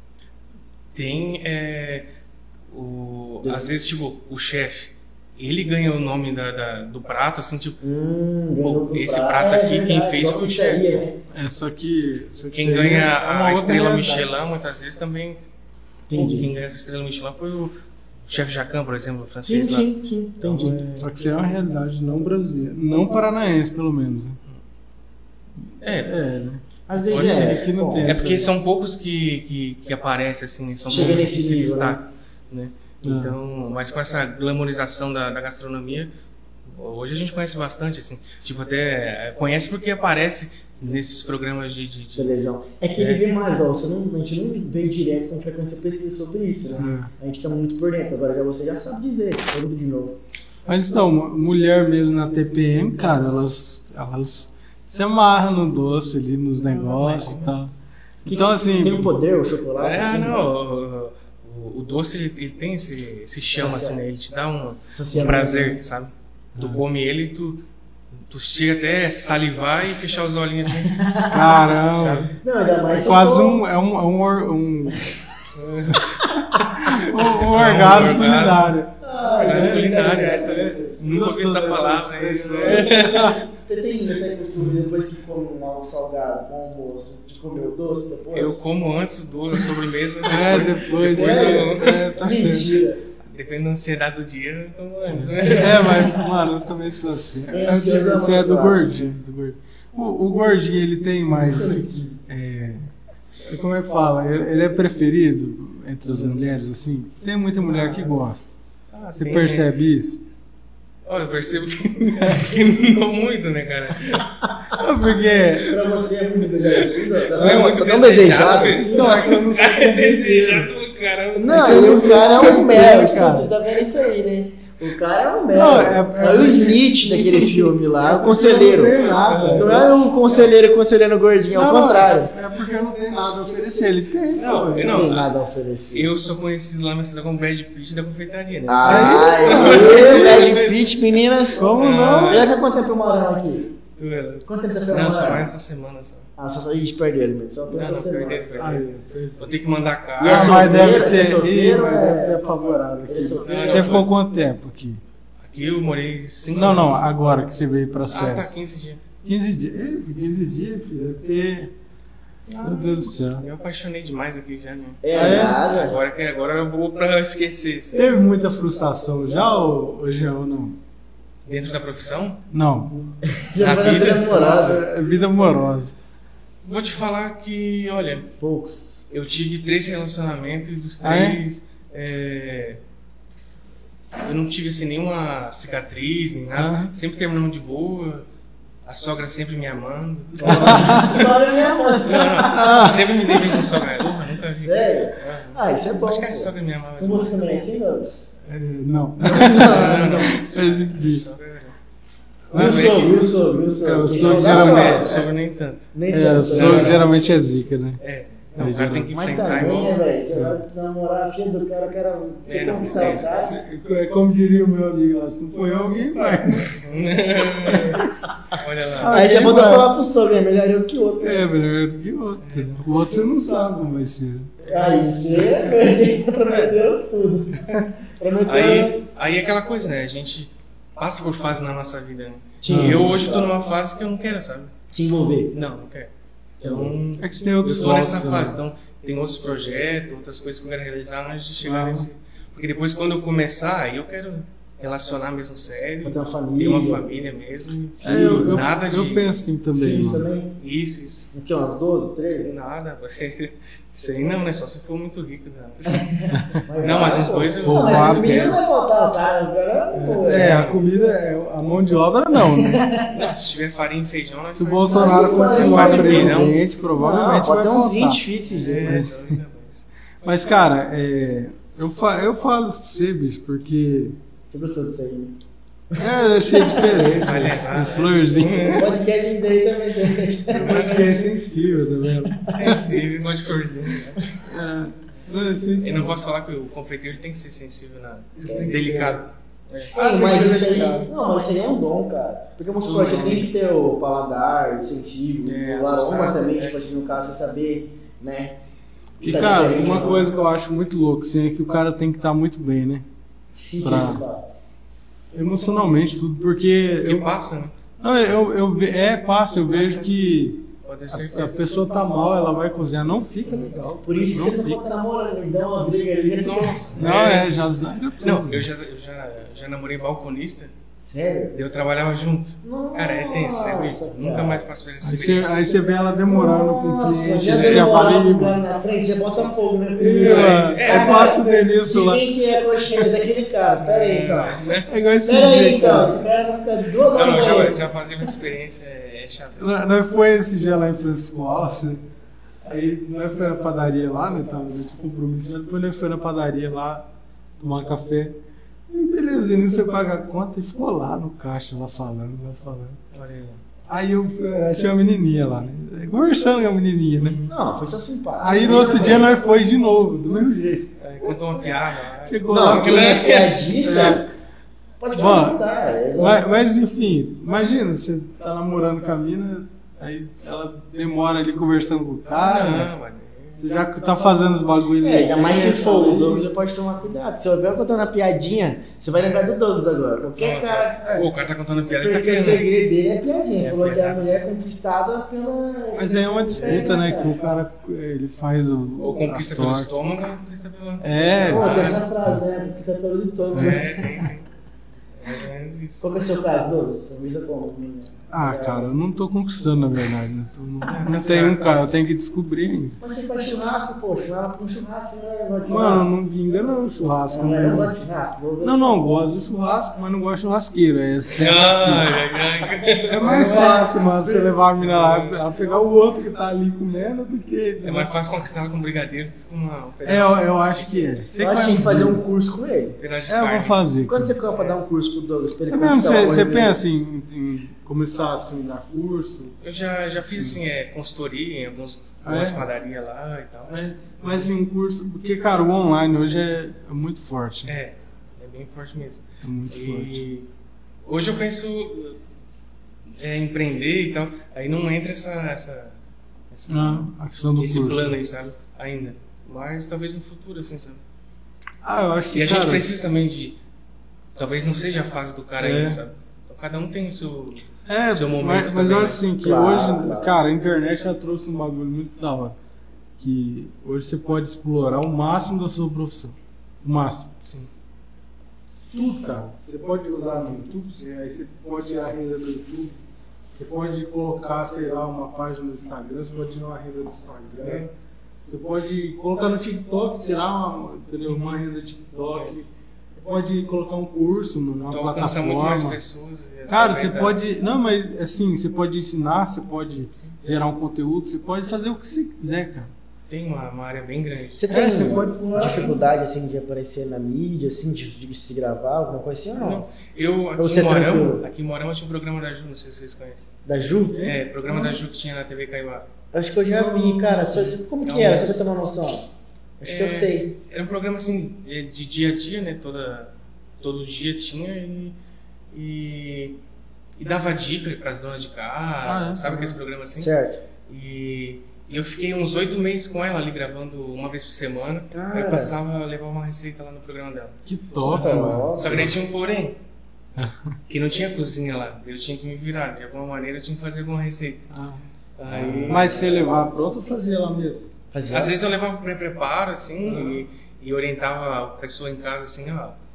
Tem, é, o, Des- às vezes, tipo, o chefe, ele ganha o nome da, da- do prato, assim, tipo, Hum, Pô, ganhou do esse prato aqui, quem fez igual foi o pizzaria, chefe. né? É só que. Só que quem isso aí ganha é uma a outra estrela realidade. Michelin, muitas vezes, também... Pô, Entendi. quem ganha essa estrela Michelin foi o chefe Jacan, por exemplo, o Sim, francês lá. sim, sim, entendi. Então, Só que isso é uma realidade não brasileira. Não paranaense, pelo menos. Né? É, É, né? Às vezes Pode é. ser que não Bom, tenha. é porque são poucos que, que, que aparecem, assim, são Chega poucos nesse que se nível, destacam, né? É. Então, mas com essa glamorização da, da gastronomia, hoje a gente conhece bastante, assim, tipo, até conhece porque aparece nesses programas de... de, de- Televisão. É que ele vê mais, ó, você não, a gente não vê direto com frequência pesquisa sobre isso, né? A gente tá muito por dentro. Agora já você já sabe dizer, tudo de novo. Mas então, mulher mesmo na T P M, cara, elas, elas se amarram no doce ali, nos negócios e tal. Então, assim. Tem um poder, o chocolate? É, assim, não, o, o- o doce, ele, ele tem esse, esse chama, assim, né? Ele te dá um, um Socialmente, prazer, né? sabe? Tu come ele e tu, tu chega até salivar e fechar os olhinhos assim, Caramba! sabe? Não, ainda mais É se quase for- um. É um, é um, or- um, um, um orgasmo culinário. Ah, Orgasmo é, culinário, é, é. é. Nunca ouvi essa Gostou dessa palavra aí, expressão? né? Você tem, tem costume, depois que come um algo salgado, um almoço, de comer o doce depois? Eu como antes do da sobremesa, É, depois. Sério? É, tá certo. Mentira. dependendo da ansiedade do dia, eu como antes, né? É, mas, mano, eu também sou assim. É, ansioso é Você é do muito gordinho. Do gordinho. O, o gordinho, ele tem mais. É, como é que fala? Ele ele é preferido entre as mulheres, assim? Tem muita mulher que gosta. Ah, Você tem, percebe isso? Olha, eu percebo que, que não muito, né, cara? Ah, porque. Pra você é muito desejado. Não é muito tão desejado, desejado. velho. Não, é que eu não sei. É desejado, caramba. Não, e o cara é um mel, Cara. você tá vendo isso aí, né? O cara é um mel. Não, é, é- é- o Smith daquele filme lá, o conselheiro. Não tem nada. Não é um conselheiro conselhando gordinho, é o Não, não, contrário. É porque eu não tenho nada a oferecer. Ele tem. Não, pô. eu Não tem não. nada a oferecer. Eu sou conhecido lá na cidade como Brad Pitt da confeitaria, né? Ah, eu, Brad Pitt, meninas. Como não? Já que quanto tempo eu moro aqui? Tu é louco. Quanto tempo você fica Não, só morando? mais essa semana só. Ah, só saí de perder ele mesmo. Só por Não, essa não, semana. perdi, perdi. Aí, foi- Vou ter que mandar E é Ah, carro. mas solteiro? deve Você é ter. Ih, solteiro, mas é- deve ter apavorado Ele é aqui. solteiro? Você ficou quanto tempo aqui? Aqui eu morei cinco Não, não, anos. agora que você veio pra Ah, tá, Suécia. quinze dias. quinze dias. Ih, quinze dias, filho. Deve ter. Meu Deus do céu. Eu apaixonei demais aqui já, né? É, Ah, é? nada. Agora, que, agora eu vou pra esquecer isso. Teve muita frustração já ou, ou já ou não? Dentro da profissão, Não. Já Na foi na vida- vida amorosa. É vida amorosa. vou te falar que, olha, Poucos. eu tive três relacionamentos e dos Ah, é? três. é, eu não tive assim, nenhuma cicatriz, nem nada. Ah. Sempre terminamos de boa. A sogra sempre me amando. Só a minha mãe. Não, não. Sempre me dei bem com sogra. Porra, nunca vi. Sério? Ah, Ah, isso é bom. Acho que a pô. sogra me amava. Com você também é assim, não? É, não. Não, não. Mas enfim. Sogra, E o sogro, e o sogro, e o É, sogro. o Quem sogro joga geralmente- sogra. sogra nem tanto. Nem É, o tanto, sogro né? geralmente é zica, né? É. Não, É, o cara tem que Mas enfrentar também, né, igual. velho? Você vai namorar a filha do cara, o cara. Você É, não, conquistar tem o isso. cara. É como diria o meu amigo lá, se não foi eu, alguém vai. Olha lá. Aí você Alguém manda vai. falar pro sogro, é melhor eu que o outro. É, melhor do que o outro. O outro você não sabe como vai ser. Aí você prometeu tudo. Prometeu. Aí, aí é aquela coisa, né? A gente passa por fase na nossa vida, né? Sim. E eu hoje tô numa fase que eu não quero, sabe? Se envolver. Não, não quero. Então, É que você tem outros eu tô nessa fotos, fase. né? Então, tem outros projetos, outras coisas que eu quero realizar antes de chegar Ah. nesse... Porque depois, quando eu começar, aí eu quero relacionar mesmo sério, Ter uma ter família. uma família mesmo. É, eu, eu, nada de. eu penso assim também, Filhos mano. também? Isso, isso. O que, umas doze, treze? Nada, você. Isso aí não, né? Só se for muito rico, não. Não, mas uns dois eu. Pô, Não, vai mas a a comida pena. não vai faltar, cara. Agora, pô, É, a comida, é- a mão de obra não, né? Não, se tiver farinha e feijão, nós Se o faz- Bolsonaro Aí, continuar faz um presidente, Não, provavelmente pode vai ter uns faltar. vinte fixos. É, Mas... doido, mas- Mas, cara, é, eu, fa eu falo isso pra você, bicho, porque Você gostou disso aí, né? é, eu achei diferente. Vai levar, Os né? florzinhos. O podcast inteiro também tem isso. Eu acho que é sensível, tá vendo? Sensível, gosta de florzinho. Né? É, não é sensível. Eu não posso falar que o confeiteiro tem que ser sensível, na... Tem que delicado. É. Ah, Ei, mas tem que isso aí, ser não, mas isso aí é um dom, cara. Porque vamos supor, você tem que ter o paladar sensível, É, o aroma aguçado, também, né? tipo assim, no caso, você saber, né? E, tá cara, diferente, uma né? coisa que eu acho muito louco, assim, é que o cara tem que estar muito bem, né? Sim, pra- isso, cara. Emocionalmente, tudo, porque... Que Eu, passa, né? não, eu, eu, ve- é, passa, eu vejo que Pode ter a, a certeza. pessoa tá mal, ela vai cozinhar, não fica legal. Por isso não que você não fica. pode namorando, ele dá uma briga ali. ele fica- Nossa. Não, é, já zanga tudo. Não, eu já, eu já, já namorei balconista, Sério? daí eu trabalhava junto. Cara, é tenso, é Nossa, ruim. Nunca cara. mais passo por essa Aí você, experiência. aí você vê ela demorando com o Nossa, cliente, já ele já demorava fala, "Ih, o cara mano, na frente, já bota fogo, né? ih, mano, É, eu passo o Denilson De lá." quem que é a coxinha daquele cara? Pera aí, então. É igual esse Pera aí, dia, então. cara. Esse cara vai ficar de duas Não, horas não, no já, banheiro. já fazia uma experiência, é, é chato. Nós nós foi esse dia lá em Francisco Alves, aí nós foi na padaria lá, né, tava no compromisso, depois nós foi na padaria lá, tomar café. E beleza, e você paga a conta e ficou lá no caixa, lá falando, lá falando. Olha aí. Aí eu eu achei uma menininha lá, né, conversando com a menininha, né. Não, foi só simpático. Aí no outro dia nós foi de novo, do mesmo jeito. Aí contou uma piada lá. Chegou Não, lá, quem é piadista, pode Mano, perguntar. é, Mas, mas enfim, imagina, você tá namorando com a mina, aí ela demora ali conversando com o cara, Não, mano. você já tá fazendo os bagulho É, ainda mais se lento for o ali. Douglas, você pode tomar cuidado. Se eu ver eu contando uma piadinha, você vai lembrar do Douglas agora. Qualquer cara. Pô, o cara tá contando piada, ele tá Porque o querendo. segredo dele é piadinha. Ele É falou que é a verdade. mulher conquistada pela. Mas aí é uma disputa, né, que o cara, ele faz o... Ou conquista as pelo tortas. estômago, ou conquista pela. É, Pô, tem cara. essa frase, né? Conquista pelo estômago. né? É, tem, tem. Mais ou menos isso. Qual que é o seu caso, Douglas? Você avisa como? menina? Ah, cara, eu não tô conquistando, na verdade, né? Tô- não, Ah, não tá tenho um fraco. cara, eu tenho que descobrir ainda. Mas você faz churrasco, pô. Churrasco com churrasco, né? Gosta de Mano, churrasco. não vinga não, churrasco. Não, eu não Não, gosto de churrasco. vou ver não, se- não, gosto do churrasco, mas não gosto de churrasqueiro. É, Ai, ai, ai. é mais fácil, mano, você levar a mina lá, ela pegar o outro que tá ali comendo do que... É mais fácil conquistar ela com brigadeiro do que com uma, um É, eu, eu acho que é. Você Eu acho que tem que fazer um curso com ele. pedaço de É, eu vou carne. fazer. Quando você compra dar um curso pro Douglas pra ele É mesmo, conquistar você, uma você coisa pensa em, em começar assim, dar curso? Eu já, já fiz assim, é, consultoria em alguns, Ah, algumas é? padarias lá e tal. É, mas assim, um curso, porque cara, o online hoje é, é muito forte. É, É, é bem forte mesmo. muito forte. E hoje eu penso é, empreender e tal, aí não entra essa, essa, essa- Ah, a questão do esse curso. plano aí, sabe? Ainda. Mas talvez no futuro, assim, sabe? Ah, eu acho que E a cara, gente precisa também de. Talvez não seja a fase do cara É. ainda, sabe? Então, cada um tem o seu. É, seu momento mas, mas também, eu né? acho assim, que Claro, hoje, claro. cara, a internet já trouxe um bagulho muito da hora. Que hoje você pode explorar o máximo da sua profissão. O máximo. Assim, Tudo, cara. Você pode usar no YouTube, você, aí você pode tirar a renda do YouTube. Você pode colocar, sei lá, uma página no Instagram, você pode tirar uma renda do Instagram. É. Você pode colocar no TikTok, tirar uma, entendeu? uma renda do TikTok. Você pode colocar um curso numa então alcança muito mais plataforma. pessoas. e Cara, através você da- pode. Não, mas assim, você pode ensinar, você pode gerar um conteúdo, você pode fazer o que você quiser, cara. Tem uma, uma área bem grande. Você É, tem você pode explorar. dificuldade assim de aparecer na mídia, assim, de, de se gravar, alguma coisa assim ou não? Não, eu aqui Você em é Moarama, tranquilo? aqui em Moarama tinha um programa da Ju, não sei se vocês conhecem. Da Ju? É, programa da Ju que tinha na T V Caiuá. Acho que eu já vi, cara. Só, como que Não, era? mas- Só pra ter uma noção. Acho que eu É, sei. Era um programa assim, é, de dia a dia, né? Toda, todo dia tinha e, e, e dava dica para as donas de casa, Ah, é? sabe que esse programa assim? Certo. E, e eu fiquei uns oito meses com ela ali gravando uma vez por semana. Cara. Aí eu passava, levava uma receita lá no programa dela. Que top, Nossa. mano. Só que daí tinha um porém, que não tinha cozinha lá. Eu tinha que me virar, de alguma maneira eu tinha que fazer alguma receita. Ah. Aí, Mas você levar pronto ou fazia lá mesmo? Fazia. às vezes eu levava pré-preparo assim e, e orientava a pessoa em casa assim, ó,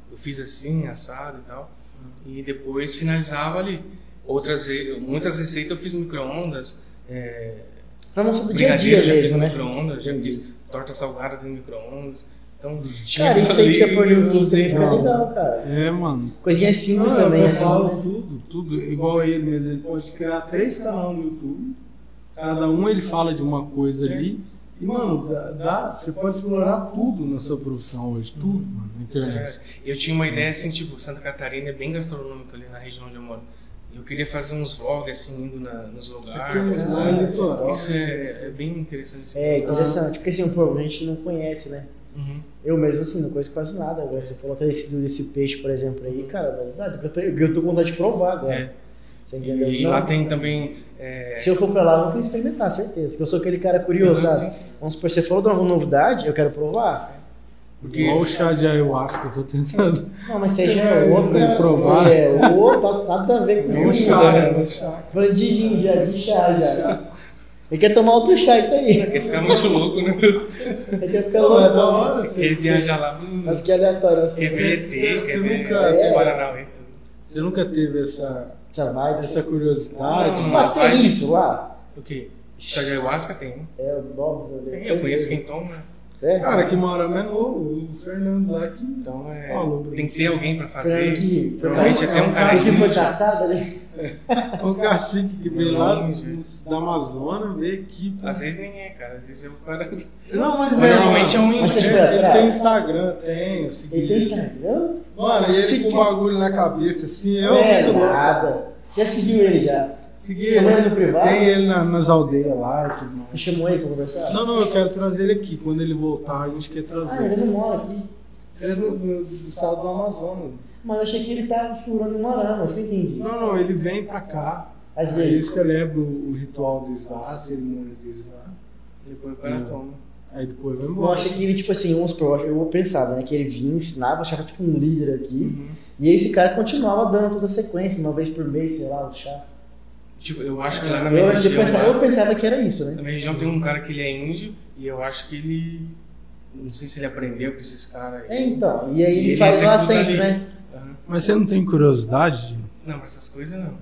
eu fiz assim, assado e tal. E depois finalizava ali. Outras, muitas receitas eu fiz no micro-ondas. É, pra mostrar do dia a dia já mesmo, fiz no né? micro-ondas, já Entendi. fiz torta salgada no micro-ondas. Então, tinha Cara, isso aí que você põe no YouTube sei, também fica legal, cara. É, mano. Coisinha simples Não, também, eu assim. falo Né? tudo, tudo. Igual ele mesmo, ele pode criar três canais no YouTube. Cada um ele fala de uma coisa ali. E, mano, dá, dá- você pode explorar tudo na sua profissão hoje. Tudo, mano, na internet. É, eu tinha uma ideia assim, tipo, Santa Catarina é bem gastronômica ali na região onde eu moro. Eu queria fazer uns vlogs assim, indo na, nos lugares. Porque né? é litoral. Isso é, é bem interessante. assim. É interessante, porque assim, pô, a gente não conhece, né? Uhum. Eu mesmo assim, não conheço quase nada. Agora você falou até desse, desse peixe, por exemplo, aí, cara, novidade. Eu, eu tô com vontade de provar agora. É. Você entendeu? E, e Não, lá tem também. É, Se eu for pra lá, eu vou querer experimentar, certeza. Porque eu sou aquele cara curioso, Uhum, sabe? sim, sim. Vamos supor, você falou de uma novidade, eu quero provar. porque Igual o chá de ayahuasca, eu tô tentando. Não, mas você já é outra. Tem que provar. Você é outro, nada a ver com É um isso, chá, né? é um chá. Falando de gin, já, de chá já. Ele quer tomar outro chá, então aí. quer ficar muito louco, né? Ele quer ficar Não, louco. é da hora. Quer Você, viajar lá. Mas que aleatório assim. Quer ver E você- T, quer você ver nunca- os é. Paranauê, tudo. você nunca teve essa, Já vai. essa curiosidade? Não, Mas tem isso lá? O quê? Chá de ayahuasca tem, né? É, óbvio. Tem, eu conheço quem toma. É? Cara, que mora é novo, o Fernando lá que Então é. falou. Tem que ter alguém pra fazer. Frank, Provavelmente até um cara que foi existe. caçado ali. um cacique que veio lá Longe. da Amazônia, veio aqui. pô. Às vezes nem é, cara. Às vezes é o cara. Não, mas Mas é, normalmente é um mano. Mas Ele, você ele vai- tem Instagram, tem, eu segui Ele tem ele. Instagram? Mano, e ele Se com que- o bagulho na cabeça, assim, eu É, fico louco. nada. Já seguiu ele já? Segui Chamou ele, ele no privado? tem ele na- nas aldeias lá e tudo Me mais. chamou ele pra conversar? Não, não, eu quero trazer ele aqui. Quando ele voltar, a gente quer Ah, trazer. ele não mora aqui. Ele é do, do- do estado do Amazonas. Mas eu achei que ele tava furando em Morama, mas eu entendi. Não, não, ele vem pra cá. Às Aí ele vezes. celebra o, o ritual do Isá, a cerimônia do Isá. Depois o cara toma. Aí depois vai Eu embora. achei que ele, tipo assim, vamos supor, eu pensava, né, que ele vinha, ensinava, eu achava tipo um líder aqui. Uhum. E aí esse cara continuava dando toda a sequência, uma vez por mês, sei lá, o chá. Tipo, eu acho que lá na minha Eu, eu, região. pensava, lá- eu pensava que era isso, Na né? minha região tem um cara que ele é índio e eu acho que ele. Não sei se ele aprendeu com esses caras É, aí. então. E aí E ele ele faz lá executa sempre, ali. né? Aham. Mas você não tem curiosidade? Não, pra essas coisas não.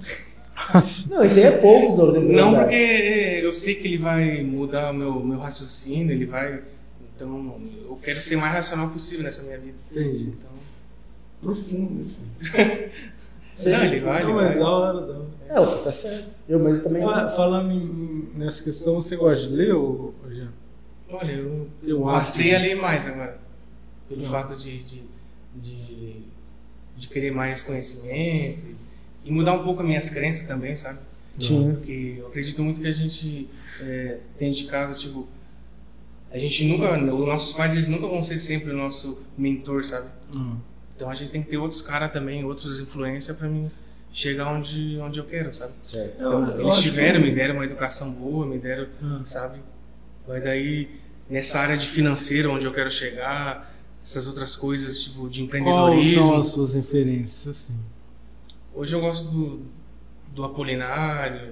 Não, isso aí é poucos, Douglas. é Não, verdade. porque é, eu sei que ele vai mudar o meu, meu raciocínio, ele vai. Então, eu quero ser o mais racional possível nessa minha vida. Entendi. Então, Profundo. não, ele vai, ele Não, mas vai. da hora, da hora. É, o que tá certo. Eu mesmo também. Fa- Falando em- em- nessa questão, você gosta de ler, ô, ô, Jean? Olha, eu Tem um passei hábito a ler mais agora. Pelo Não. fato de, de, de, de querer mais conhecimento e, e mudar um pouco as minhas crenças também, sabe? Sim. Porque eu acredito muito que a gente é, tem de casa, tipo, a gente nunca, os nossos pais, eles nunca vão ser sempre o nosso mentor, sabe? Hum. Então a gente tem que ter outros caras também, outras influências pra mim chegar onde, onde eu quero, sabe? Certo. Então, Eu- eu eles acho tiveram, que- me deram uma educação boa, me deram, Ah. sabe? Mas daí, nessa área de financeiro, onde eu quero chegar, essas outras coisas, tipo, de Quais empreendedorismo. são as suas referências, assim? Hoje eu gosto do, do Apolinário,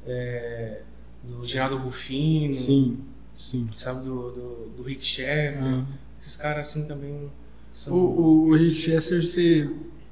é, do Geraldo Rufino, Sim, sim. sabe, do, do, do Rick Chester. Ah. Esses caras assim também são... O, o, o Rick Chester, você...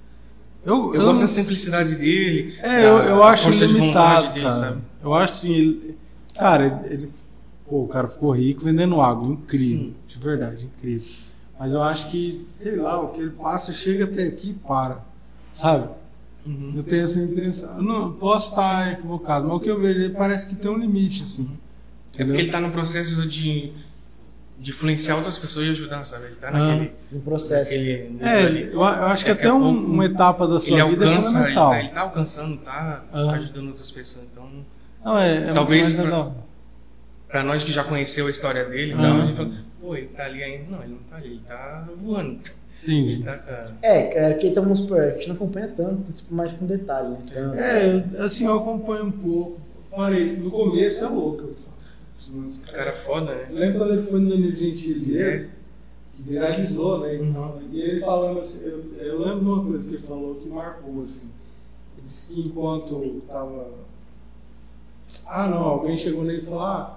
Eu, eu gosto da simplicidade dele, É, da eu, eu acho força de limitado, vontade dele, cara. sabe? Eu acho assim, ele, cara, ele, pô, o cara ficou rico vendendo água, incrível, Sim. de verdade, incrível. Mas eu acho que, sei lá, o que ele passa chega até aqui e para, sabe? Uhum. Eu tenho essa impressão. Eu não posso estar equivocado, mas o que eu vejo ele parece que tem um limite, assim. É porque ele tá no processo de, de influenciar outras pessoas e ajudar, sabe? Ele tá Ah. naquele... No processo. naquele nível É, ali. eu, eu acho que Daqui até a um- pouco uma etapa da sua ele vida é alcança, ele fundamental. tá, ele tá alcançando, tá Ah. ajudando outras pessoas. Então, Não, é, é Talvez mais pra- legal. pra nós que já conheceu a história dele, Ah. então, a gente fala, pô, ele tá ali ainda. Não, ele não tá ali, ele tá voando. Entendi. Ele tá, cara. É, cara, que então vamos supor, a gente não acompanha tanto, mais com detalhe, né? Então, É, eu- assim, eu acompanho um pouco. Parei, no começo é louco. Eu falo, "Esse Cara foda, né? Eu lembro quando ele foi no Danilo Gentili, que viralizou, né? E, tal. E ele falando assim, eu, eu lembro de uma coisa que ele falou que marcou, assim. Ele disse que enquanto tava. Ah, não, alguém chegou nele e falou: ah,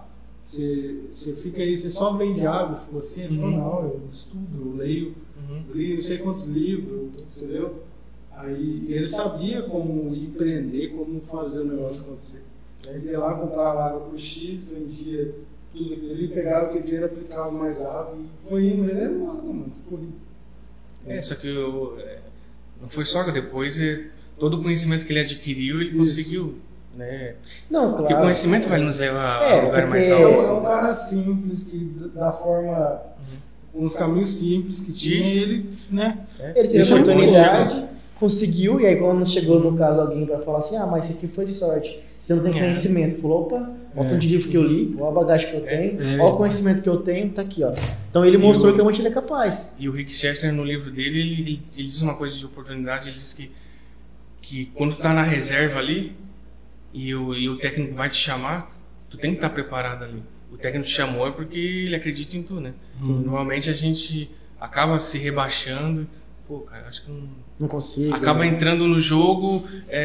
você, você fica aí, você só vende água, ficou assim? Ele falou, Uhum. não, eu estudo, eu leio, Uhum. li não sei quantos livros, entendeu? Aí ele sabia como empreender, como fazer o negócio acontecer. Aí ele ia lá, comprava água por X, vendia tudo aquilo ali, pegava aquele dinheiro, aplicava mais água e foi indo, ele era nada, mano, ficou rico. É, só que eu, é, não foi só que depois, é, todo o conhecimento que ele adquiriu, ele Isso. conseguiu, né? Não, claro. Porque o conhecimento vai nos levar É, a lugar mais porque- É um, alto. é um cara simples, que da forma, com os caminhos simples que tinha, Isso. ele, né? Ele teve Isso a é oportunidade, conseguiu, e aí quando chegou no caso alguém pra falar assim, ah, mas isso aqui foi de sorte. Você não tem É. conhecimento. Falou, opa, olha o tanto de livro que eu li, olha a bagagem que eu tenho, É. olha o conhecimento que eu tenho, tá aqui, ó. Então ele E mostrou o- que realmente ele é capaz. E o Rick Chester, no livro dele, ele, ele, ele diz uma coisa de oportunidade, ele diz que, que quando tu tá na reserva ali, e o, e o técnico vai te chamar, tu tem que estar preparado ali. O técnico te chamou é porque ele acredita em tu, né? Normalmente a gente acaba se rebaixando, pô, cara, acho que não... Não consigo. Acaba né? entrando no jogo,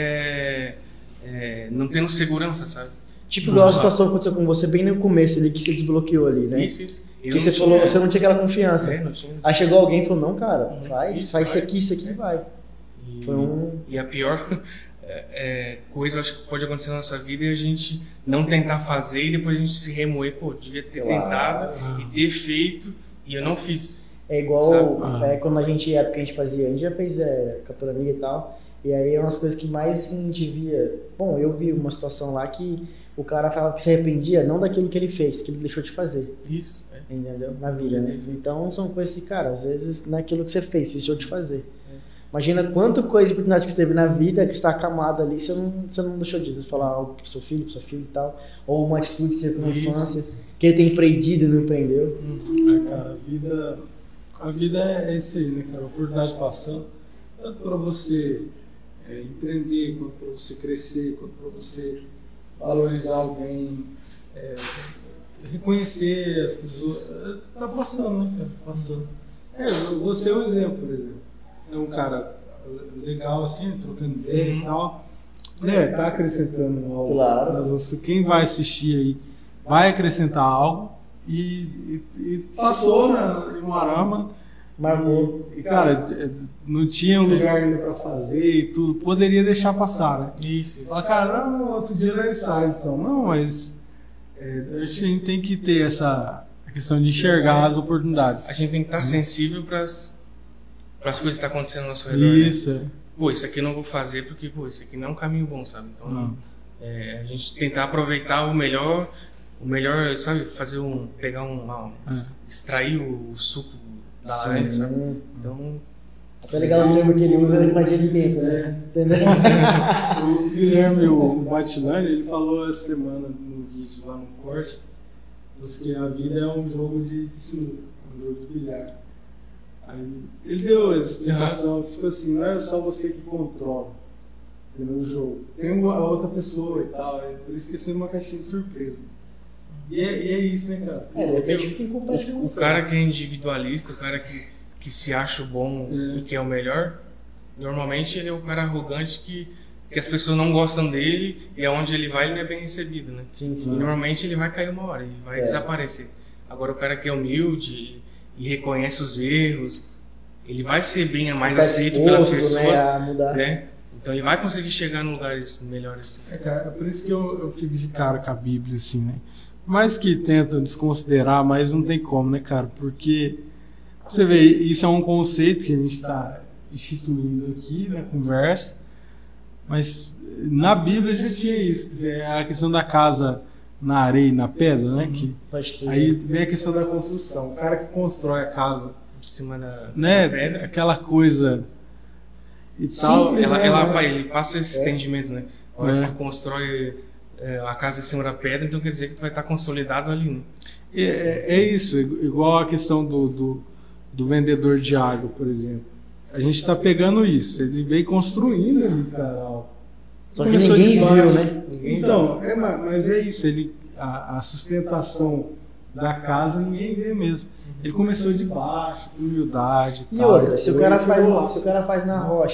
é, é, não tendo segurança, sabe? Tipo igual a situação que aconteceu com você bem no começo ali, que você desbloqueou ali, né? Isso, isso. Eu Que não você tinha- falou, você não tinha aquela confiança. É, não tinha. Aí chegou alguém e falou, não, cara, Uhum. faz, Isso, faz isso vai. aqui, isso aqui, vai. E, Foi um- e a pior é, é, coisa acho que pode acontecer na nossa vida é a gente não tentar fazer e depois a gente se remoer, pô, devia ter Claro. tentado e ter feito e eu não fiz. É igual Sabe? é, quando a gente, época que a gente fazia, a gente já fez é, capelania e tal, e aí é umas coisas que mais a gente via. Bom, eu vi uma situação lá que o cara falava que se arrependia não daquilo que ele fez, que ele deixou de fazer, Isso. É. entendeu? Na vida, né? Então são coisas que, cara, às vezes não é aquilo que você fez, você deixou de fazer. Imagina quanta coisa de oportunidade que você teve na vida que está acamada ali, você não, você não deixou disso. Você falar algo pro seu filho, pro seu filho e tal, ou uma atitude que você teve na Isso. infância, que ele tem empreendido e não empreendeu. É, cara, a vida, a vida é isso aí, né, cara? A oportunidade passando, tanto para você é, empreender, quanto para você crescer, quanto para você valorizar alguém, é, reconhecer as pessoas. É, tá passando, né, cara? Passando. É, você é um exemplo, por exemplo. É um cara legal assim, trocando ideia Uhum. e tal. Né, tá acrescentando algo. Claro. Mas você, quem vai assistir aí vai acrescentar algo. E, e, e passou na, em Moarama. Marcou. E, cara, é, não tinha um lugar ainda pra fazer e tudo. Poderia deixar passar, né? Isso. isso. Fala, cara, não, outro dia não sai, então. Não, mas é, a gente tem que ter essa questão de enxergar as oportunidades. A gente tem que estar sensível para as coisas que estão acontecendo ao nosso redor. Né? Isso, é. Pô, isso aqui eu não vou fazer porque, pô, isso aqui não é um caminho bom, sabe? Então, Não. é, a gente tentar aproveitar o melhor, o melhor, sabe? Fazer um, pegar um, uma, É. extrair o, o suco da laranja, sabe? Hum. Então, Até legal os termos que ele usa, ele faz de alimento, né? Entendeu? O Guilherme, o Batilani, ele falou essa semana no vídeo lá no corte, que a vida é um jogo de sinuca, um jogo de bilhar. Aí ele deu a explicação, tipo assim, não é só você que controla, entendeu, o jogo. Tem uma, a outra pessoa e tal, é por isso que é sendo uma caixinha de surpresa. E é, e é isso, né, cara? É, de repente fica em comprar de o você. cara que é individualista, o cara que, que se acha o bom É. e que é o melhor, normalmente ele é o cara arrogante que, que as pessoas não gostam dele e aonde ele vai ele não é bem recebido, né? Sim, E sim. normalmente ele vai cair uma hora e vai É. desaparecer. Agora o cara que é humilde e reconhece os erros, ele vai ser bem mais Tá aceito pelas disposto, pessoas, né, a mudar. né? Então ele vai conseguir chegar em lugares melhores. É, cara, é por isso que eu, eu fico de cara com a Bíblia, assim, né? Mais que tentam desconsiderar, mas não tem como, né, cara? Porque, você vê, isso é um conceito que a gente está instituindo aqui na conversa, mas na Bíblia já tinha isso, quer dizer, a questão da casa na areia e na pedra, né? Que, Pode ter. aí vem a questão da construção. O cara que constrói a casa, Em cima da, né? da pedra. Aquela coisa e tal. Simples, Ela, né, ela, mas- ele passa esse É. entendimento, né? A hora É. que tu constrói é, a casa em cima da pedra, então quer dizer que tu vai estar consolidado ali, né? É, é- é isso, igual a questão do, do, do vendedor de água, por exemplo. A gente está pegando isso, ele veio construindo ali, cara. ó. Só que Começou ninguém de baixo. viu, né? Então, é, ma- mas é isso, ele, a, a sustentação da casa ninguém vê mesmo. Ele começou de baixo, com humildade. E tal, outra, se o foi, cara chegou lá. faz, se o cara faz na rocha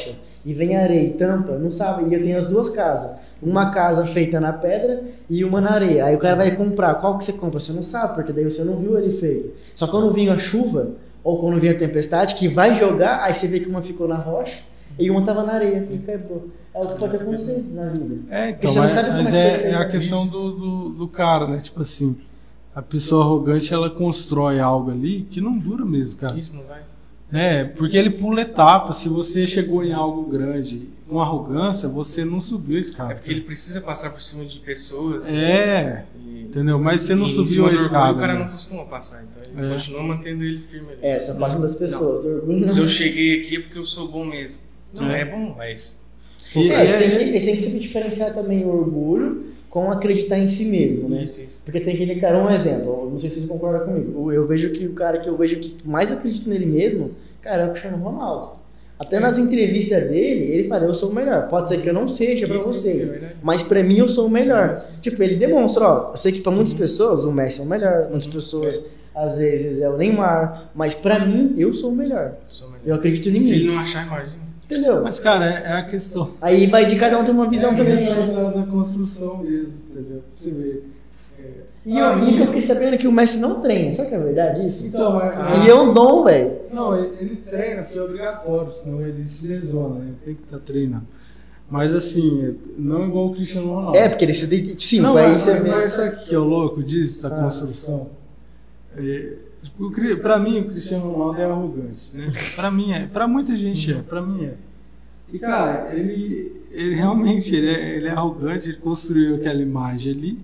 e vem areia e tampa, não sabe, e eu tenho as duas casas. Uma casa feita na pedra e uma na areia. Aí o cara vai comprar, qual que você compra? Você não sabe, porque daí você não viu ele feito. Só quando vinha a chuva, ou quando vinha a tempestade, que vai jogar, aí você vê que uma ficou na rocha e uma tava na areia e quebrou. É o que pode acontecer na vida. É, então, Você não mas, sabe como mas é é, que foi é a feito. questão do, do, do cara, né? Tipo assim, a pessoa arrogante, ela constrói algo ali que não dura mesmo, cara. Isso não vai. É, porque ele pula etapas. Se você chegou em algo grande com arrogância, você não subiu a É escada. porque ele precisa passar por cima de pessoas. É, e, entendeu? Mas você não e em subiu cima a do orgulho, escada. o cara né? não costuma passar, então ele É. continua mantendo ele firme ali. É, só passa das pessoas, do orgulho não. Se eu cheguei aqui é porque eu sou bom mesmo. Não É. é, bom, mas. E- É, eles é- têm que, eles têm que se diferenciar também o orgulho com acreditar em si mesmo, né? Isso, isso. Porque tem aquele cara, um exemplo, não sei se vocês concordam comigo. Eu vejo que o cara que eu vejo que mais acredita nele mesmo, cara, é o Cristiano Ronaldo. Até nas entrevistas dele, ele fala, eu sou o melhor. Pode ser que eu não seja pra Isso, vocês, é verdade. mas pra mim eu sou o melhor. Tipo, ele demonstra, ó, eu sei que pra muitas pessoas o Messi é o melhor, muitas pessoas às vezes é o Neymar, mas pra mim eu sou o melhor. Sou melhor. Eu acredito em Se ele mim. não achar, imagina. Entendeu? Mas, cara, é, é a questão. Aí vai de cada um ter uma visão é também. a né? questão da construção mesmo, entendeu? Você vê. E eu, e eu fiquei sabendo que o Messi não treina, sabe que é verdade isso? Então, é, Ele é um dom, velho. Não, ele, ele treina porque é obrigatório, senão ele se lesiona, né? Tem que estar treinando. Mas assim, não igual o Cristiano Ronaldo. É, porque ele se dedica. Sim, não, vai mas, ser mas isso aqui é o louco disso, da Ah. construção. É, o Cri- pra mim, o Cristiano Ronaldo é arrogante, né? Pra mim é. Pra muita gente é, pra mim é. E cara, ele, ele realmente ele é, ele é arrogante, ele construiu aquela imagem ali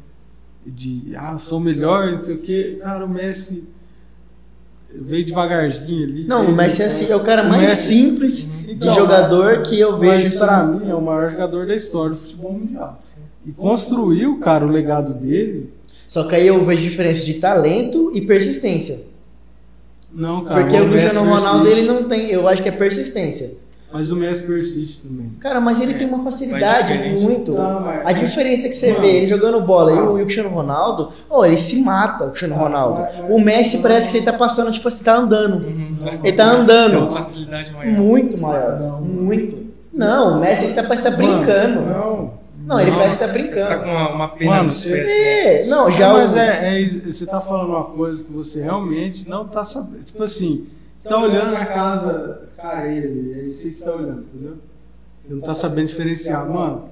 de, ah, sou melhor, não sei o que. Cara, o Messi veio devagarzinho ali. Não, o Messi é, assim, é o cara O mais Messi- simples de Então, jogador que eu vejo. Mas pra mim é o maior jogador da história do futebol mundial. E construiu, cara, o legado dele. Só que aí eu vejo diferença de talento e persistência. Não, cara. Porque o Messi Cristiano Ronaldo persiste. ele não tem, eu acho que é persistência. Mas o Messi persiste também. Cara, mas ele É, tem uma mas facilidade diferente. muito. Não, mas- A diferença é que você Não. vê ele jogando bola e o, Não. e o Cristiano Ronaldo, oh, ele se mata, o Cristiano Não, Ronaldo. mas- mas- O Messi parece que ele tá passando, tipo assim, tá andando. Uhum. Ele tá Tem uma andando. facilidade maior. Muito maior. Não. Muito. Não, o Messi ele tá, parece que tá brincando. Mano, não. Não, ele Não. parece que tá Você tá brincando. com uma, uma pena Mano, nos pés. É, não, já Não, o- mas é, é- você tá falando uma coisa que você realmente não tá sabendo. Tipo assim, você tá olhando na casa, cara, ele, é isso aí que você tá olhando, entendeu? Você não tá sabendo diferenciar. Mano,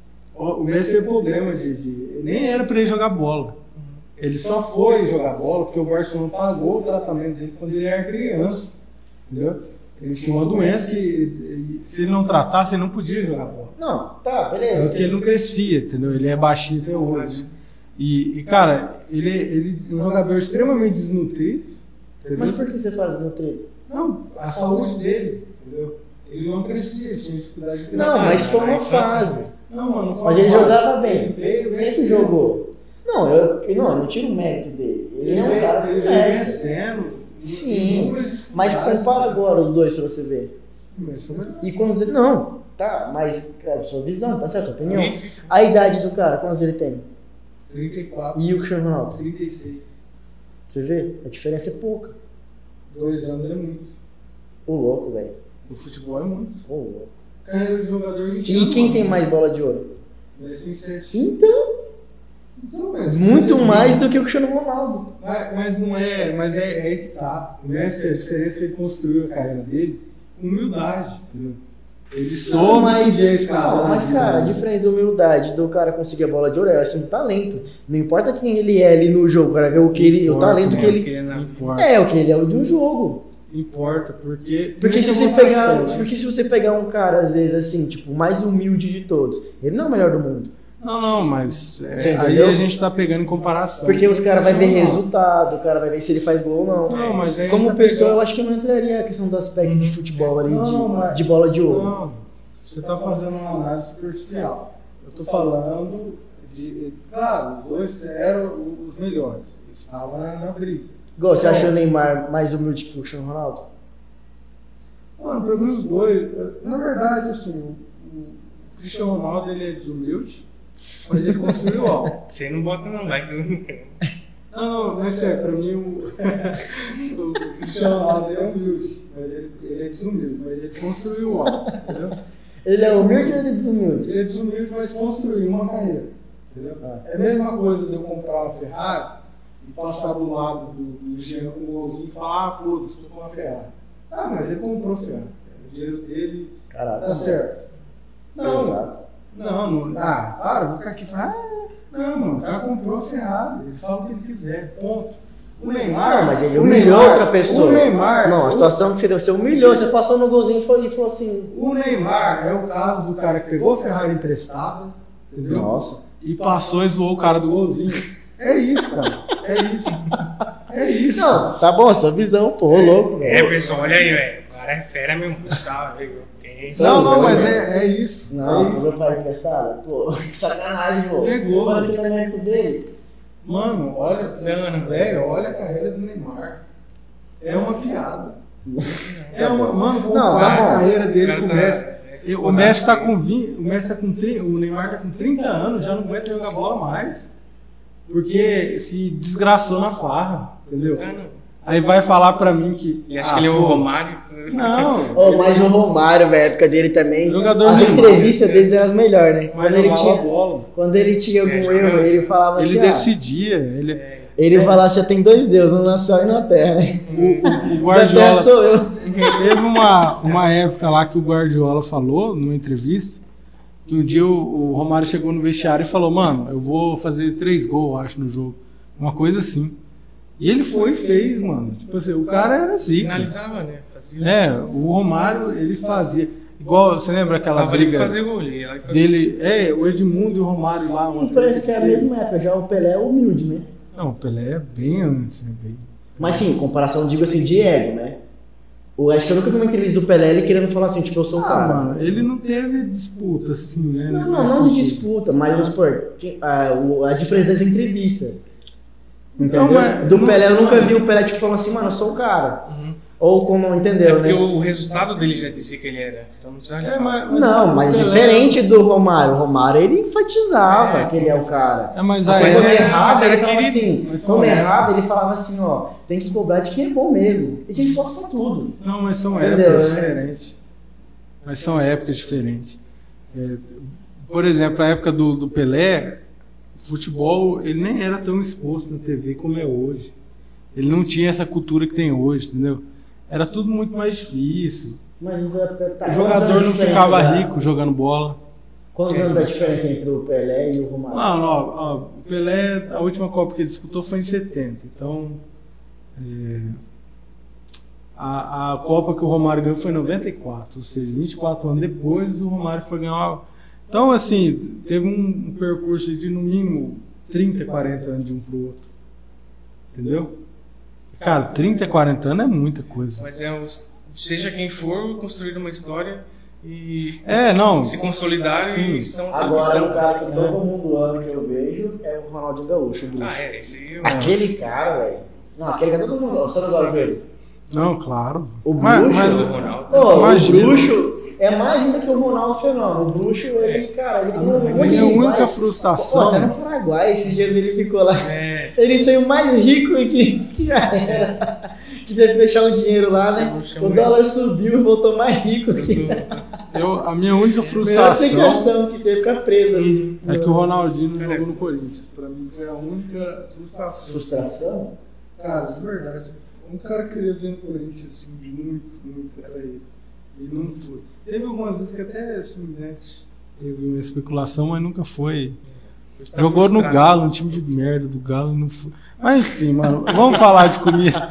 o o Messi teve problema de, de- Nem era pra ele jogar bola. Ele só foi jogar bola porque o Barcelona pagou o tratamento dele quando ele era criança. Entendeu? Ele tinha uma doença que ele- se ele não tratasse, ele não podia jogar bola. Não, tá, beleza. Porque ele não crescia, entendeu? Ele é baixinho até hoje. né? E, e, cara, ele, ele é um jogador extremamente desnutrido. Entendeu? Mas por que você faz no treino? Não, a saúde dele, entendeu? Ele não crescia, ele tinha dificuldade de crescer. Não, mas foi uma na infância. fase. Não, mano, não foi Mas ele uma fase. jogava bem. Ele veio Sempre vencendo. jogou. Não, eu, eu- não, eu não tiro o mérito dele. Ele, Ele é um veio, cara ele com veio mérito. vencendo. Sim, inúmeras mas dificuldades. compara agora os dois pra você ver. Mas foi melhor. E quando você. Não, tá, mas é a sua visão, tá certo? A sua opinião. Isso, isso. A idade do cara, quantos ele tem? trinta e quatro, E o Cristiano Ronaldo? trinta e seis. Você vê? A diferença é pouca. Dois anos é muito. Ô louco, velho. O futebol é muito. Ô louco. Carreira de jogador vinte E anos, quem mano. tem mais bola de ouro? Messi tem sete. Então, Então, mas- muito mais do que o Cristiano Ronaldo. Mas, mas não é, mas é, é aí que tá. O Messi, a diferença é que ele construiu a carreira dele com humildade, entendeu? Ele Não, soube mas, subir a escada. não, mas, cara, a diferença da humildade do cara conseguir a bola de ouro é assim, um talento. Não importa quem ele é ali no jogo, cara, ver o que ele, o Importa, talento que né? ele Porque Não na- importa. é, o que ele é o de um jogo. Importa, porque. Porque se muita você pegar, votação, né? porque se você pegar um cara às vezes assim, tipo, o mais humilde de todos, ele não é o melhor do mundo. Não, não, mas é, Você aí entendeu? a gente tá pegando em comparação. Porque os caras vão ver Não, resultado, o cara vai ver se ele faz gol ou não. Não, mas aí Como tá pessoa, pegando- eu acho que não entraria a questão do aspecto de futebol ali, Não, de, mas- de bola de ouro. Não, você tá fazendo uma análise superficial. Eu tô falando de. Claro, os dois eram os melhores. Eles estavam na, na briga. Igual, você acha o Neymar mais humilde que o Cristiano Ronaldo? Mano, pra mim os dois, na verdade, assim, o, o Cristiano Ronaldo ele é desumilde, mas ele construiu algo. Você não bota não, vai que eu- Não, não, mas é, pra mim o, o Cristiano Ronaldo ele é humilde, mas ele, ele é desumilde, mas ele construiu algo, entendeu? Ele é humilde ou ele é desumilde? Ele é desumilde, mas construiu uma carreira. Entendeu? Ah. É a mesma coisa de eu comprar uma Ferrari e passar do lado do, do Jean com o golzinho e falar, ah, foda-se, tô com uma Ferrari. Ah, mas ele comprou a Ferrari. O dinheiro dele Caraca. tá certo. Não, Exato. não, não. Ah, para, vou ficar aqui e falar, ah, não, mano, o cara comprou a Ferrari, ele fala o que ele quiser, ponto. O Neymar. Não, mas ele o humilhou Neymar, outra pessoa. O Neymar. Não, a situação que você deu, você humilhou, você passou no golzinho e falou, e falou assim. O Neymar é o caso do cara que pegou a Ferrari emprestada, entendeu? Nossa. E passou e zoou o cara do golzinho. É isso, cara. É isso. É isso. Não, tá bom, sua visão, pô, ô louco, É, velho. pessoal, olha aí, velho. O cara é fera mesmo. Tá, velho. Quem é Não, não, Não, mas não. é, é isso. Não, é pegou isso. para emprestada? Pô, sacanagem, pô. Pegou, Olha o mano. treinamento dele. Mano, olha, Não, não. velho, olha a carreira do Neymar. É uma piada. É uma, mano, Não, comparar tá bom. a carreira O dele cara com o tá- Messi. é E O foda, Messi tá acho com vinte, o Messi tá com trinta, o Neymar tá com trinta anos, já não aguenta jogar bola mais. Porque se desgraçou na farra, entendeu? Ah, não. Aí vai falar pra mim que. E acho ah, que ele é o pô, Romário. Não. Oh, mas o Romário, velho, a época dele também. Jogador as Neymar, entrevistas né? deles eram as melhores, né? Mas Quando ele, jogava tinha, bola. quando ele tinha algum É, erro, jogava. ele falava Ele assim. decidia. Ele, É. Ah, ele falava assim: tem dois deuses, um na céu e na terra, né? o, o Da terra Guardiola. sou eu. Teve uma, uma época lá que o Guardiola falou, numa entrevista, que um dia o, o Romário chegou no vestiário e falou, mano, eu vou fazer três gols, acho, no jogo. Uma coisa assim. E ele foi e fez, mano. Tipo assim, o cara era zica. Finalizava, né? Fazia. É, o Romário, ele fazia. Igual, você lembra aquela Tava ali pra briga fazer gol. Ele ia lá e fazia. dele? É, o Edmundo e o Romário lá. uma Parece que é a treta mesma época, já o Pelé é humilde, né? Não, o Pelé é bem antes, né? Bem... Mas sim, em comparação, digo assim, de ego, né? O, acho que eu nunca vi uma entrevista do Pelé ele querendo falar assim, tipo, eu sou o Ah, cara. mano, ele não teve disputa, assim, né? Não, não, não de disputa, mas vamos supor, que- a, o- a diferença das entrevistas. Entendeu? Não, mas- do não- Pelé, eu nunca vi o Pelé tipo falando assim, mano, eu sou o cara. Uhum. Ou como, É entendeu, porque né? o resultado dele já dizia que ele era. Então não precisava de É, falar. mas, Não, mas o Pelé- diferente do Romário. O Romário, ele enfatizava É, que sim, ele é o sim. cara. É, mas Mas aí... quando era- errava, mas era ele falava querido. assim, Mas quando são errava, ele falava assim, ó, tem que cobrar de quem é bom mesmo. E a gente gosta pra tudo. Não, mas são Entendeu, épocas né? diferentes. Mas são épocas diferentes. É, por exemplo, a época do, do Pelé, o futebol, ele nem era tão exposto na T V como é hoje. Ele não tinha essa cultura que tem hoje, entendeu? Era tudo muito mais difícil. Mas tá, O quantos anos jogador de não diferença ficava da- rico jogando bola. Quantos anos da diferença entre o Pelé e o Romário? Não, não, ó, o Pelé, a última Copa que ele disputou foi em setenta. Então, é, a, a Copa que o Romário ganhou foi em noventa e quatro, ou seja, vinte e quatro anos depois o Romário foi ganhar uma... Então, assim, teve um, um percurso de no mínimo trinta, quarenta anos de um pro outro. Entendeu? Cara, trinta, quarenta anos é muita coisa. Mas é os, seja quem for, construir uma história e É, não. se consolidar Sim. e são Agora, são- o cara que todo mundo ama que eu vejo é o Ronaldinho Gaúcho. o Bruxo. Ah, é, esse aí eu... Aquele cara, velho. Não, aquele cara todo mundo. Você não gosta dele? Não, claro. O Mas- Bruxo. mas- o Ronaldo. Pô, Imagina. o Bruxo é mais ainda que o Ronaldo Fenômeno. O Bruxo, ele, cara, ele tem um monte Minha de única iguais. frustração. Pô, até no Paraguai, esses dias ele ficou lá. É, Ele saiu mais rico que, que já era. Que deve deixar um dinheiro lá, né? O dólar subiu e voltou mais rico que. Eu, a minha única Melhor frustração explicação que teve ficar preso ali. é que o Ronaldinho não jogou no Corinthians. Pra mim foi a única frustração. Frustração? Cara, de verdade. Um cara que queria ver no Corinthians assim, muito, muito, era ele. E não foi. Teve algumas vezes que até assim, né? Teve uma especulação, mas nunca foi. tá Jogou no frustrado. Galo, um time de merda do Galo, não foi. Mas enfim, mano, vamos falar de comida.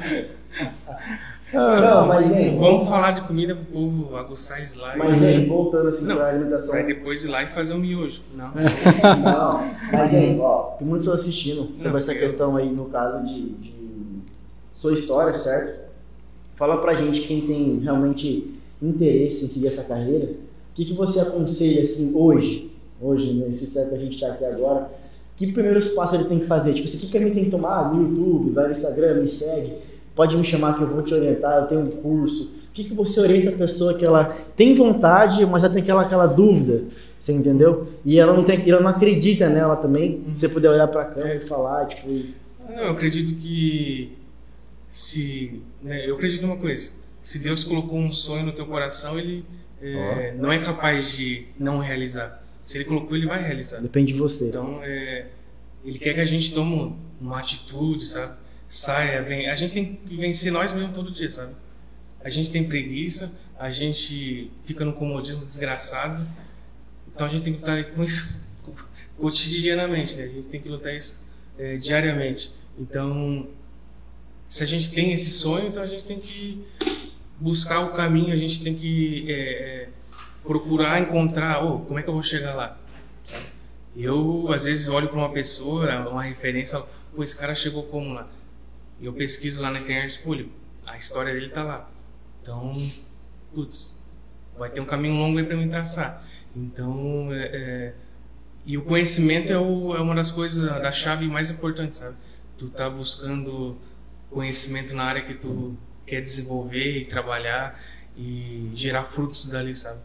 Não, mas hein, Vamos falar de comida pro povo aguçar eles lá. Mas e... hein, voltando assim Não, pra alimentação. Vai depois ir lá e fazer um miojo. Não. Não, mas hein, ó, tem muitos assistindo sobre Não, essa eu- questão aí, no caso de, de sua história, certo? Fala pra gente, quem tem realmente interesse em seguir essa carreira, o que, que você aconselha assim hoje, hoje, nesse século que a gente tá aqui agora, que primeiros passos ele tem que fazer? Tipo, assim, o que caminho tem que tomar? No YouTube, vai no Instagram, me segue, pode me chamar que eu vou te orientar, eu tenho um curso. O que, que você orienta a pessoa que ela tem vontade, mas ela tem aquela, aquela dúvida, você entendeu? E ela não, tem, ela não acredita nela também, se você puder olhar pra câmera e falar, tipo... e- Não, eu acredito que se, né, eu acredito numa coisa. Se Deus colocou um sonho no teu coração, ele é, não é capaz de não realizar. Se ele colocou, ele vai realizar. Depende de você. Então, é, ele quer que a gente tome uma atitude, sabe? Saia, vem. A gente tem que vencer nós mesmos todo dia, sabe? A gente tem preguiça, a gente fica no comodismo desgraçado. Então a gente tem que lutar com isso cotidianamente, né? A gente tem que lutar isso é, diariamente. Então, se a gente tem esse sonho, então a gente tem que buscar o caminho, a gente tem que é, é, procurar encontrar, oh, como é que eu vou chegar lá? Sabe? Eu, às vezes, olho para uma pessoa, uma referência, e falo, pô, esse cara chegou como lá? E eu pesquiso lá na internet, pô, a história dele tá lá. Então, putz, vai ter um caminho longo aí para mim traçar. Então, é, é, e o conhecimento é, o, é uma das coisas, da chave mais importante, sabe? Tu tá buscando conhecimento na área que tu quer desenvolver e trabalhar e gerar frutos dali, sabe?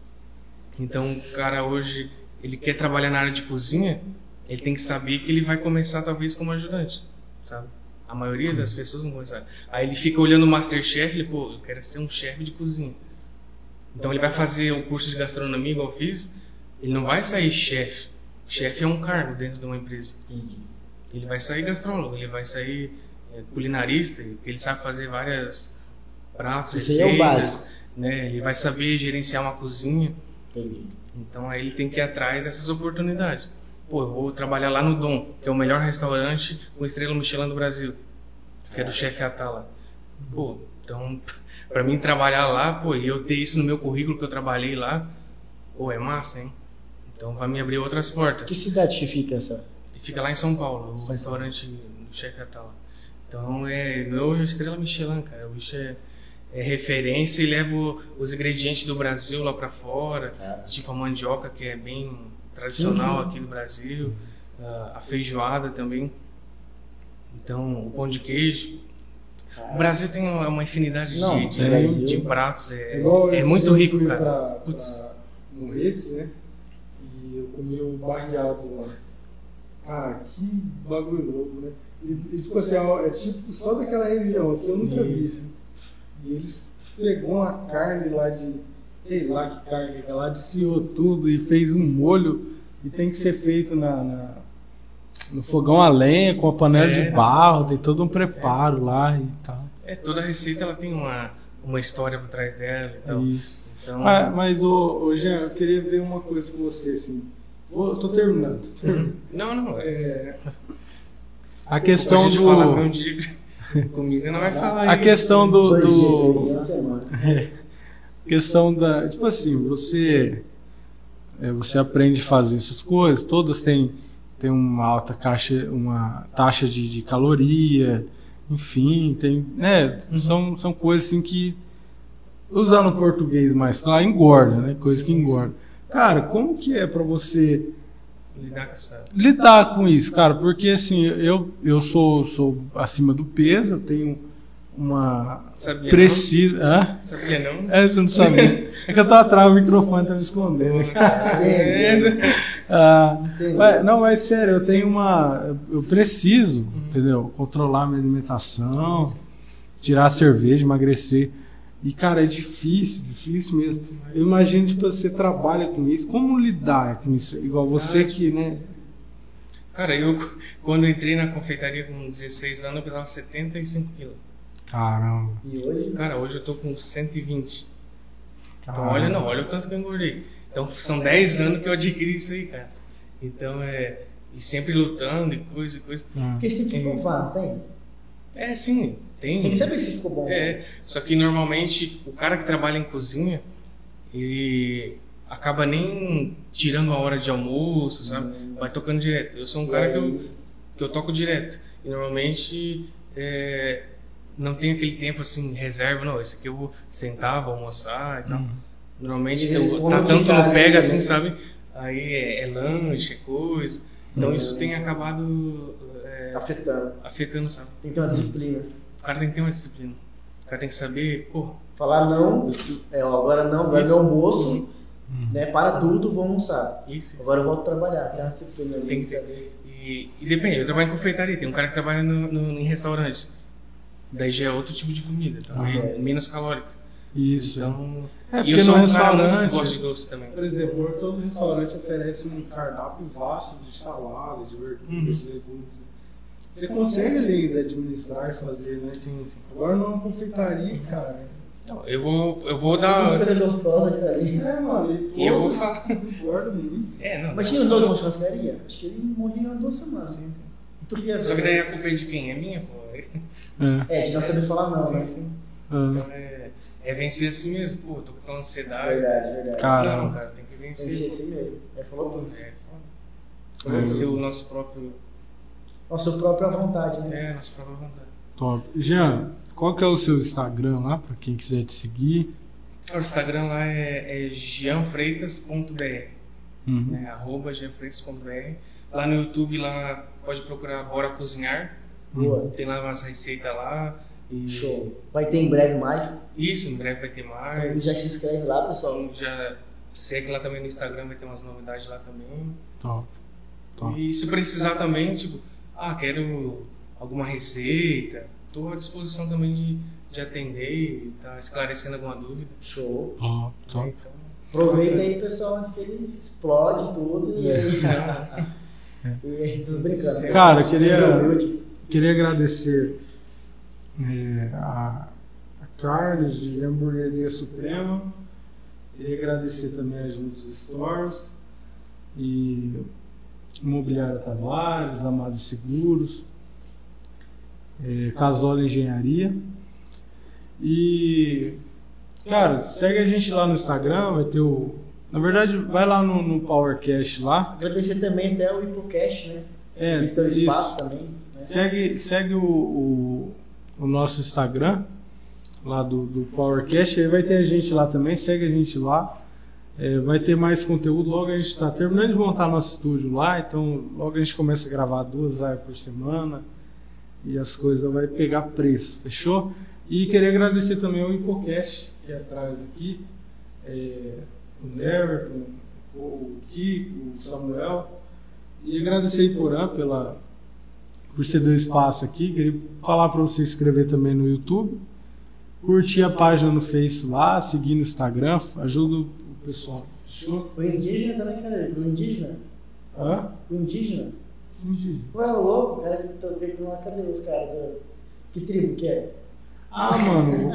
Então, o cara hoje, ele quer trabalhar na área de cozinha, ele tem que saber que ele vai começar talvez como ajudante, sabe? A maioria das pessoas não começam. Aí ele fica olhando o Masterchef, ele, pô, eu quero ser um chefe de cozinha. Então ele vai fazer o curso de gastronomia, igual eu fiz, ele não vai sair chefe. Chefe é um cargo dentro de uma empresa. Ele vai sair gastrólogo, ele vai sair é, culinarista, porque ele sabe fazer várias pratos, Esse é o receitas, básico. né? Ele vai saber gerenciar uma cozinha. Entendi. Então aí ele tem que ir atrás dessas oportunidades. Pô, eu vou trabalhar lá no Dom, que é o melhor restaurante com estrela Michelin do Brasil, que é do chefe Atala. Pô, então, pra mim trabalhar lá, pô, e eu ter isso no meu currículo que eu trabalhei lá, pô, é massa, hein? Então vai me abrir outras portas. Que cidade que fica essa? Fica lá em São Paulo, o restaurante do chefe Atala. Então é meu estrela Michelin, cara. O bicho é, é referência e levo os ingredientes do Brasil lá pra fora, Cara. tipo a mandioca, que é bem tradicional aqui do Brasil, a feijoada também. Então, o pão de queijo. O Brasil tem uma infinidade Não, de, de, Brasil- de pratos, é, Igual é esse muito dia eu rico, fui cara. Pra, Putz. pra, no Redes, né? E eu comi o barreado lá. Cara, que bagulho louco, né? E, e tipo assim, é tipo só daquela região que eu nunca vi. Isso. E eles pegou uma carne lá de, sei lá que carne que é lá, desfiou tudo e fez um molho e tem que ser feito na, na- no fogão a lenha, com a panela É. de barro, tem todo um preparo lá e tal. É, toda receita ela tem uma, uma história por trás dela e tal. Isso. Então, Ah, mas, ô, ô Jean, eu queria ver uma coisa com você, assim. Vou- Eu tô terminando. Tô terminando. não, não. É, É, a questão a gente fala pão do. de comida, não vai falar A aí. questão do. Dois do dias aí, uma semana. questão da. Tipo assim, você. é, você aprende a fazer essas coisas, todas têm, têm uma alta caixa, uma taxa de, de caloria, enfim, tem. Né, são, são coisas assim que. Usando o português mais claro, engorda, né? Coisa que engorda. Cara, como que é pra você Lidar com essa... lidar com isso, cara? Porque assim, eu, eu sou, sou acima do peso, eu tenho uma Sabia precisa. Hã? não? Sabia não? É, você não sabia. É que eu tô atrás, o microfone tá me escondendo. Ah, mas- não, mas sério, eu tenho uma. Eu preciso, entendeu? Controlar minha alimentação, tirar a cerveja, emagrecer. E, cara, é difícil, difícil mesmo. Eu imagino, tipo, você trabalha com isso. Como lidar com isso? Igual você que, né? Cara, eu quando eu entrei na confeitaria com dezesseis anos, eu pesava setenta e cinco quilos. Caramba. E hoje? Cara, hoje eu tô com cento e vinte. Então, caramba. olha, não, olha o tanto que eu engordei. Então, são dez anos que eu adquiri isso aí, cara. Então, é. E sempre lutando e coisa e coisa. Hum. Porque você tem que provar, não tem? É, sim, tem. Tem que saber se ficou bom. É, só que normalmente o cara que trabalha em cozinha, ele acaba nem tirando a hora de almoço, sabe? Vai tocando direto. Eu sou um cara que eu, que eu toco direto. E normalmente é, não tem aquele tempo assim, reserva, não. Esse aqui eu vou sentar, vou almoçar e tal. Hum. Normalmente Eles eu- vão tá tanto ficar no pega ali, assim, né? sabe? Aí é, é lanche, é coisa. Então Hum. isso tem acabado é, Afetando. afetando, sabe? Tem que ter uma disciplina. O cara tem que ter uma disciplina. O cara tem que saber, pô, Falar não, é, ó, agora não, agora é Isso. meu almoço, né? Para tudo, vou almoçar. isso, isso. Agora eu volto a trabalhar, tem uma disciplina ali. Tem que ter. E, e depende, eu trabalho em confeitaria, tem um cara que trabalha no, no- em restaurante. Daí já é outro tipo de comida, talvez Ah, é. menos calórica. Isso. Então, É, e eu porque sou no um cara muito restaurante, que gosta de doce também. por exemplo, todo restaurante oferece um cardápio vasto de salada, de verduras, Uhum. de legumes. Você consegue ali administrar, fazer, né? Sim, sim. Agora numa confeitaria, cara. Não, eu vou, eu vou dar. Você é gostosa aquilo ali. É, mano, E eu vou todos falar. engordam muito. É, não. Mas tinha os dois numa churrascaria? Acho que ele morria em duas semanas. Sim, sim. Tudo que é Só que daí a culpa é de quem? É minha, pô. É, de não saber falar não, Sim, né? sim. Ah, Então é, é vencer assim mesmo. Pô, tô com ansiedade. Verdade, verdade. Cara. Não, cara, tem que Tem que ser vencer. assim mesmo. É, falou tudo. É, foda. É. Vencer o nosso próprio. Nossa própria vontade, né? É, nossa própria vontade. top. Jean, qual que é o seu Instagram lá, pra quem quiser te seguir? O Instagram lá é, é jeanfreitas ponto b r, Uhum. né? Arroba jeanfreitas ponto b r. Lá no YouTube, lá pode procurar Bora Cozinhar. Boa. Tem lá umas receitas lá. E... Show. Vai ter em breve mais. Isso, em breve vai ter Então mais. já se inscreve lá, pessoal. Então já segue lá também no Instagram, vai ter umas novidades lá também. Top. Top. E se precisar também, tipo, ah, quero alguma receita, estou à disposição também de, de atender e estar tá esclarecendo alguma dúvida. Show. Top, Né? top. Então, Aproveita aí, pessoal, antes que ele explode tudo e aí. E aí, tudo brincando. Cara, Super queria- humilde. Queria agradecer é, a, a Carlos de Hamburgueria Suprema. Queria agradecer também a Juntos Stores e Imobiliária Tavares, Amados Seguros, é, Casola Engenharia. E, cara, segue a gente lá no Instagram, vai ter o... Na verdade, vai lá no, no PowerCast lá. Agradecer também até o Hipocast, né? É, E pelo isso. espaço também. Né? Segue, segue o, o, o nosso Instagram, lá do, do PowerCast, aí vai ter a gente lá também, segue a gente lá. É, vai ter mais conteúdo, logo a gente está terminando de montar nosso estúdio lá, então logo a gente começa a gravar duas lives por semana e as coisas vai pegar preço, fechou? E queria agradecer também ao Hipocast, que é atrás aqui, é, o Neverton, o Kiko, o Samuel, e agradecer a Iporã pela por ceder o espaço aqui. Queria falar para você se inscrever também no YouTube, curtir a página no Face lá, seguir no Instagram, ajuda o pessoal. Fechou? O indígena também, cara. O indígena. Hã? O indígena. Entendi. Ué, o louco, o cara que tá que não cadê os caras? do- Que tribo que é? Ah, mano, o,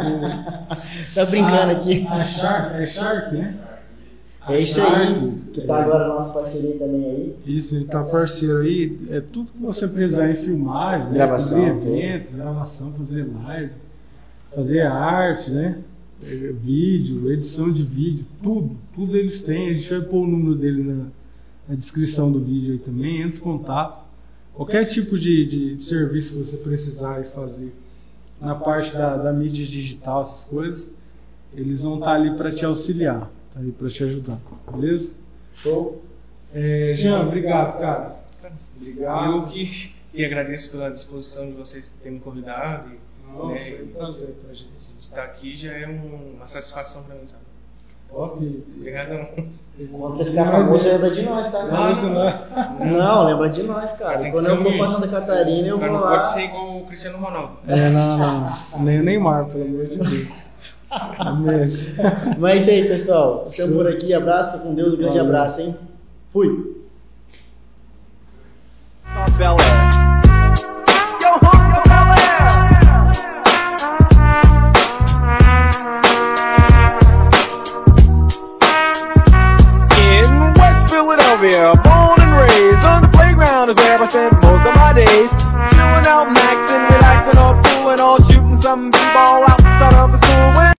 Tá brincando a, aqui. A Shark, é Shark, né? É isso A aí. Shark, Que tá agora na nossa parceria também aí. Isso, ele tá parceiro aí. É tudo que você precisar em filmagem, né? Gravação, fazer evento, gravação, fazer live, fazer arte, né? É, vídeo, edição de vídeo, tudo, tudo eles têm. A gente vai pôr o número dele na, na descrição do vídeo aí também. Entre em contato. Qualquer tipo de, de, de serviço que você precisar e fazer na parte da, da mídia digital, essas coisas, eles vão estar ali para te auxiliar, tá ali para te ajudar, beleza? Show. É, Jean, obrigado, cara. Obrigado. eu que, que agradeço pela disposição de vocês terem me convidado e Não, né, foi um prazer pra gente. estar aqui já é um- uma satisfação para mim, sabe? Top. Obrigadão. Quando você ficar famoso, lembra de nós, tá? Não, muito não. Não, lembra de nós, cara. Tem que Quando ser eu for humilde. pra Santa Catarina, eu O cara vou não lá. pode ser igual o Cristiano Ronaldo. É, não, não. Nem o Neymar, pelo amor de Deus. Amém. Mas é isso aí, pessoal. Estamos por aqui. Abraço com Deus. Um grande Valeu. abraço, hein? Fui. Bel Air. Yo, home, yo, Bel Air. In West Philadelphia, born and raised on the playground is where I spent most of my days. Chilling out, maxing, relaxing, or fooling, or shooting some b-ball outside of the school. When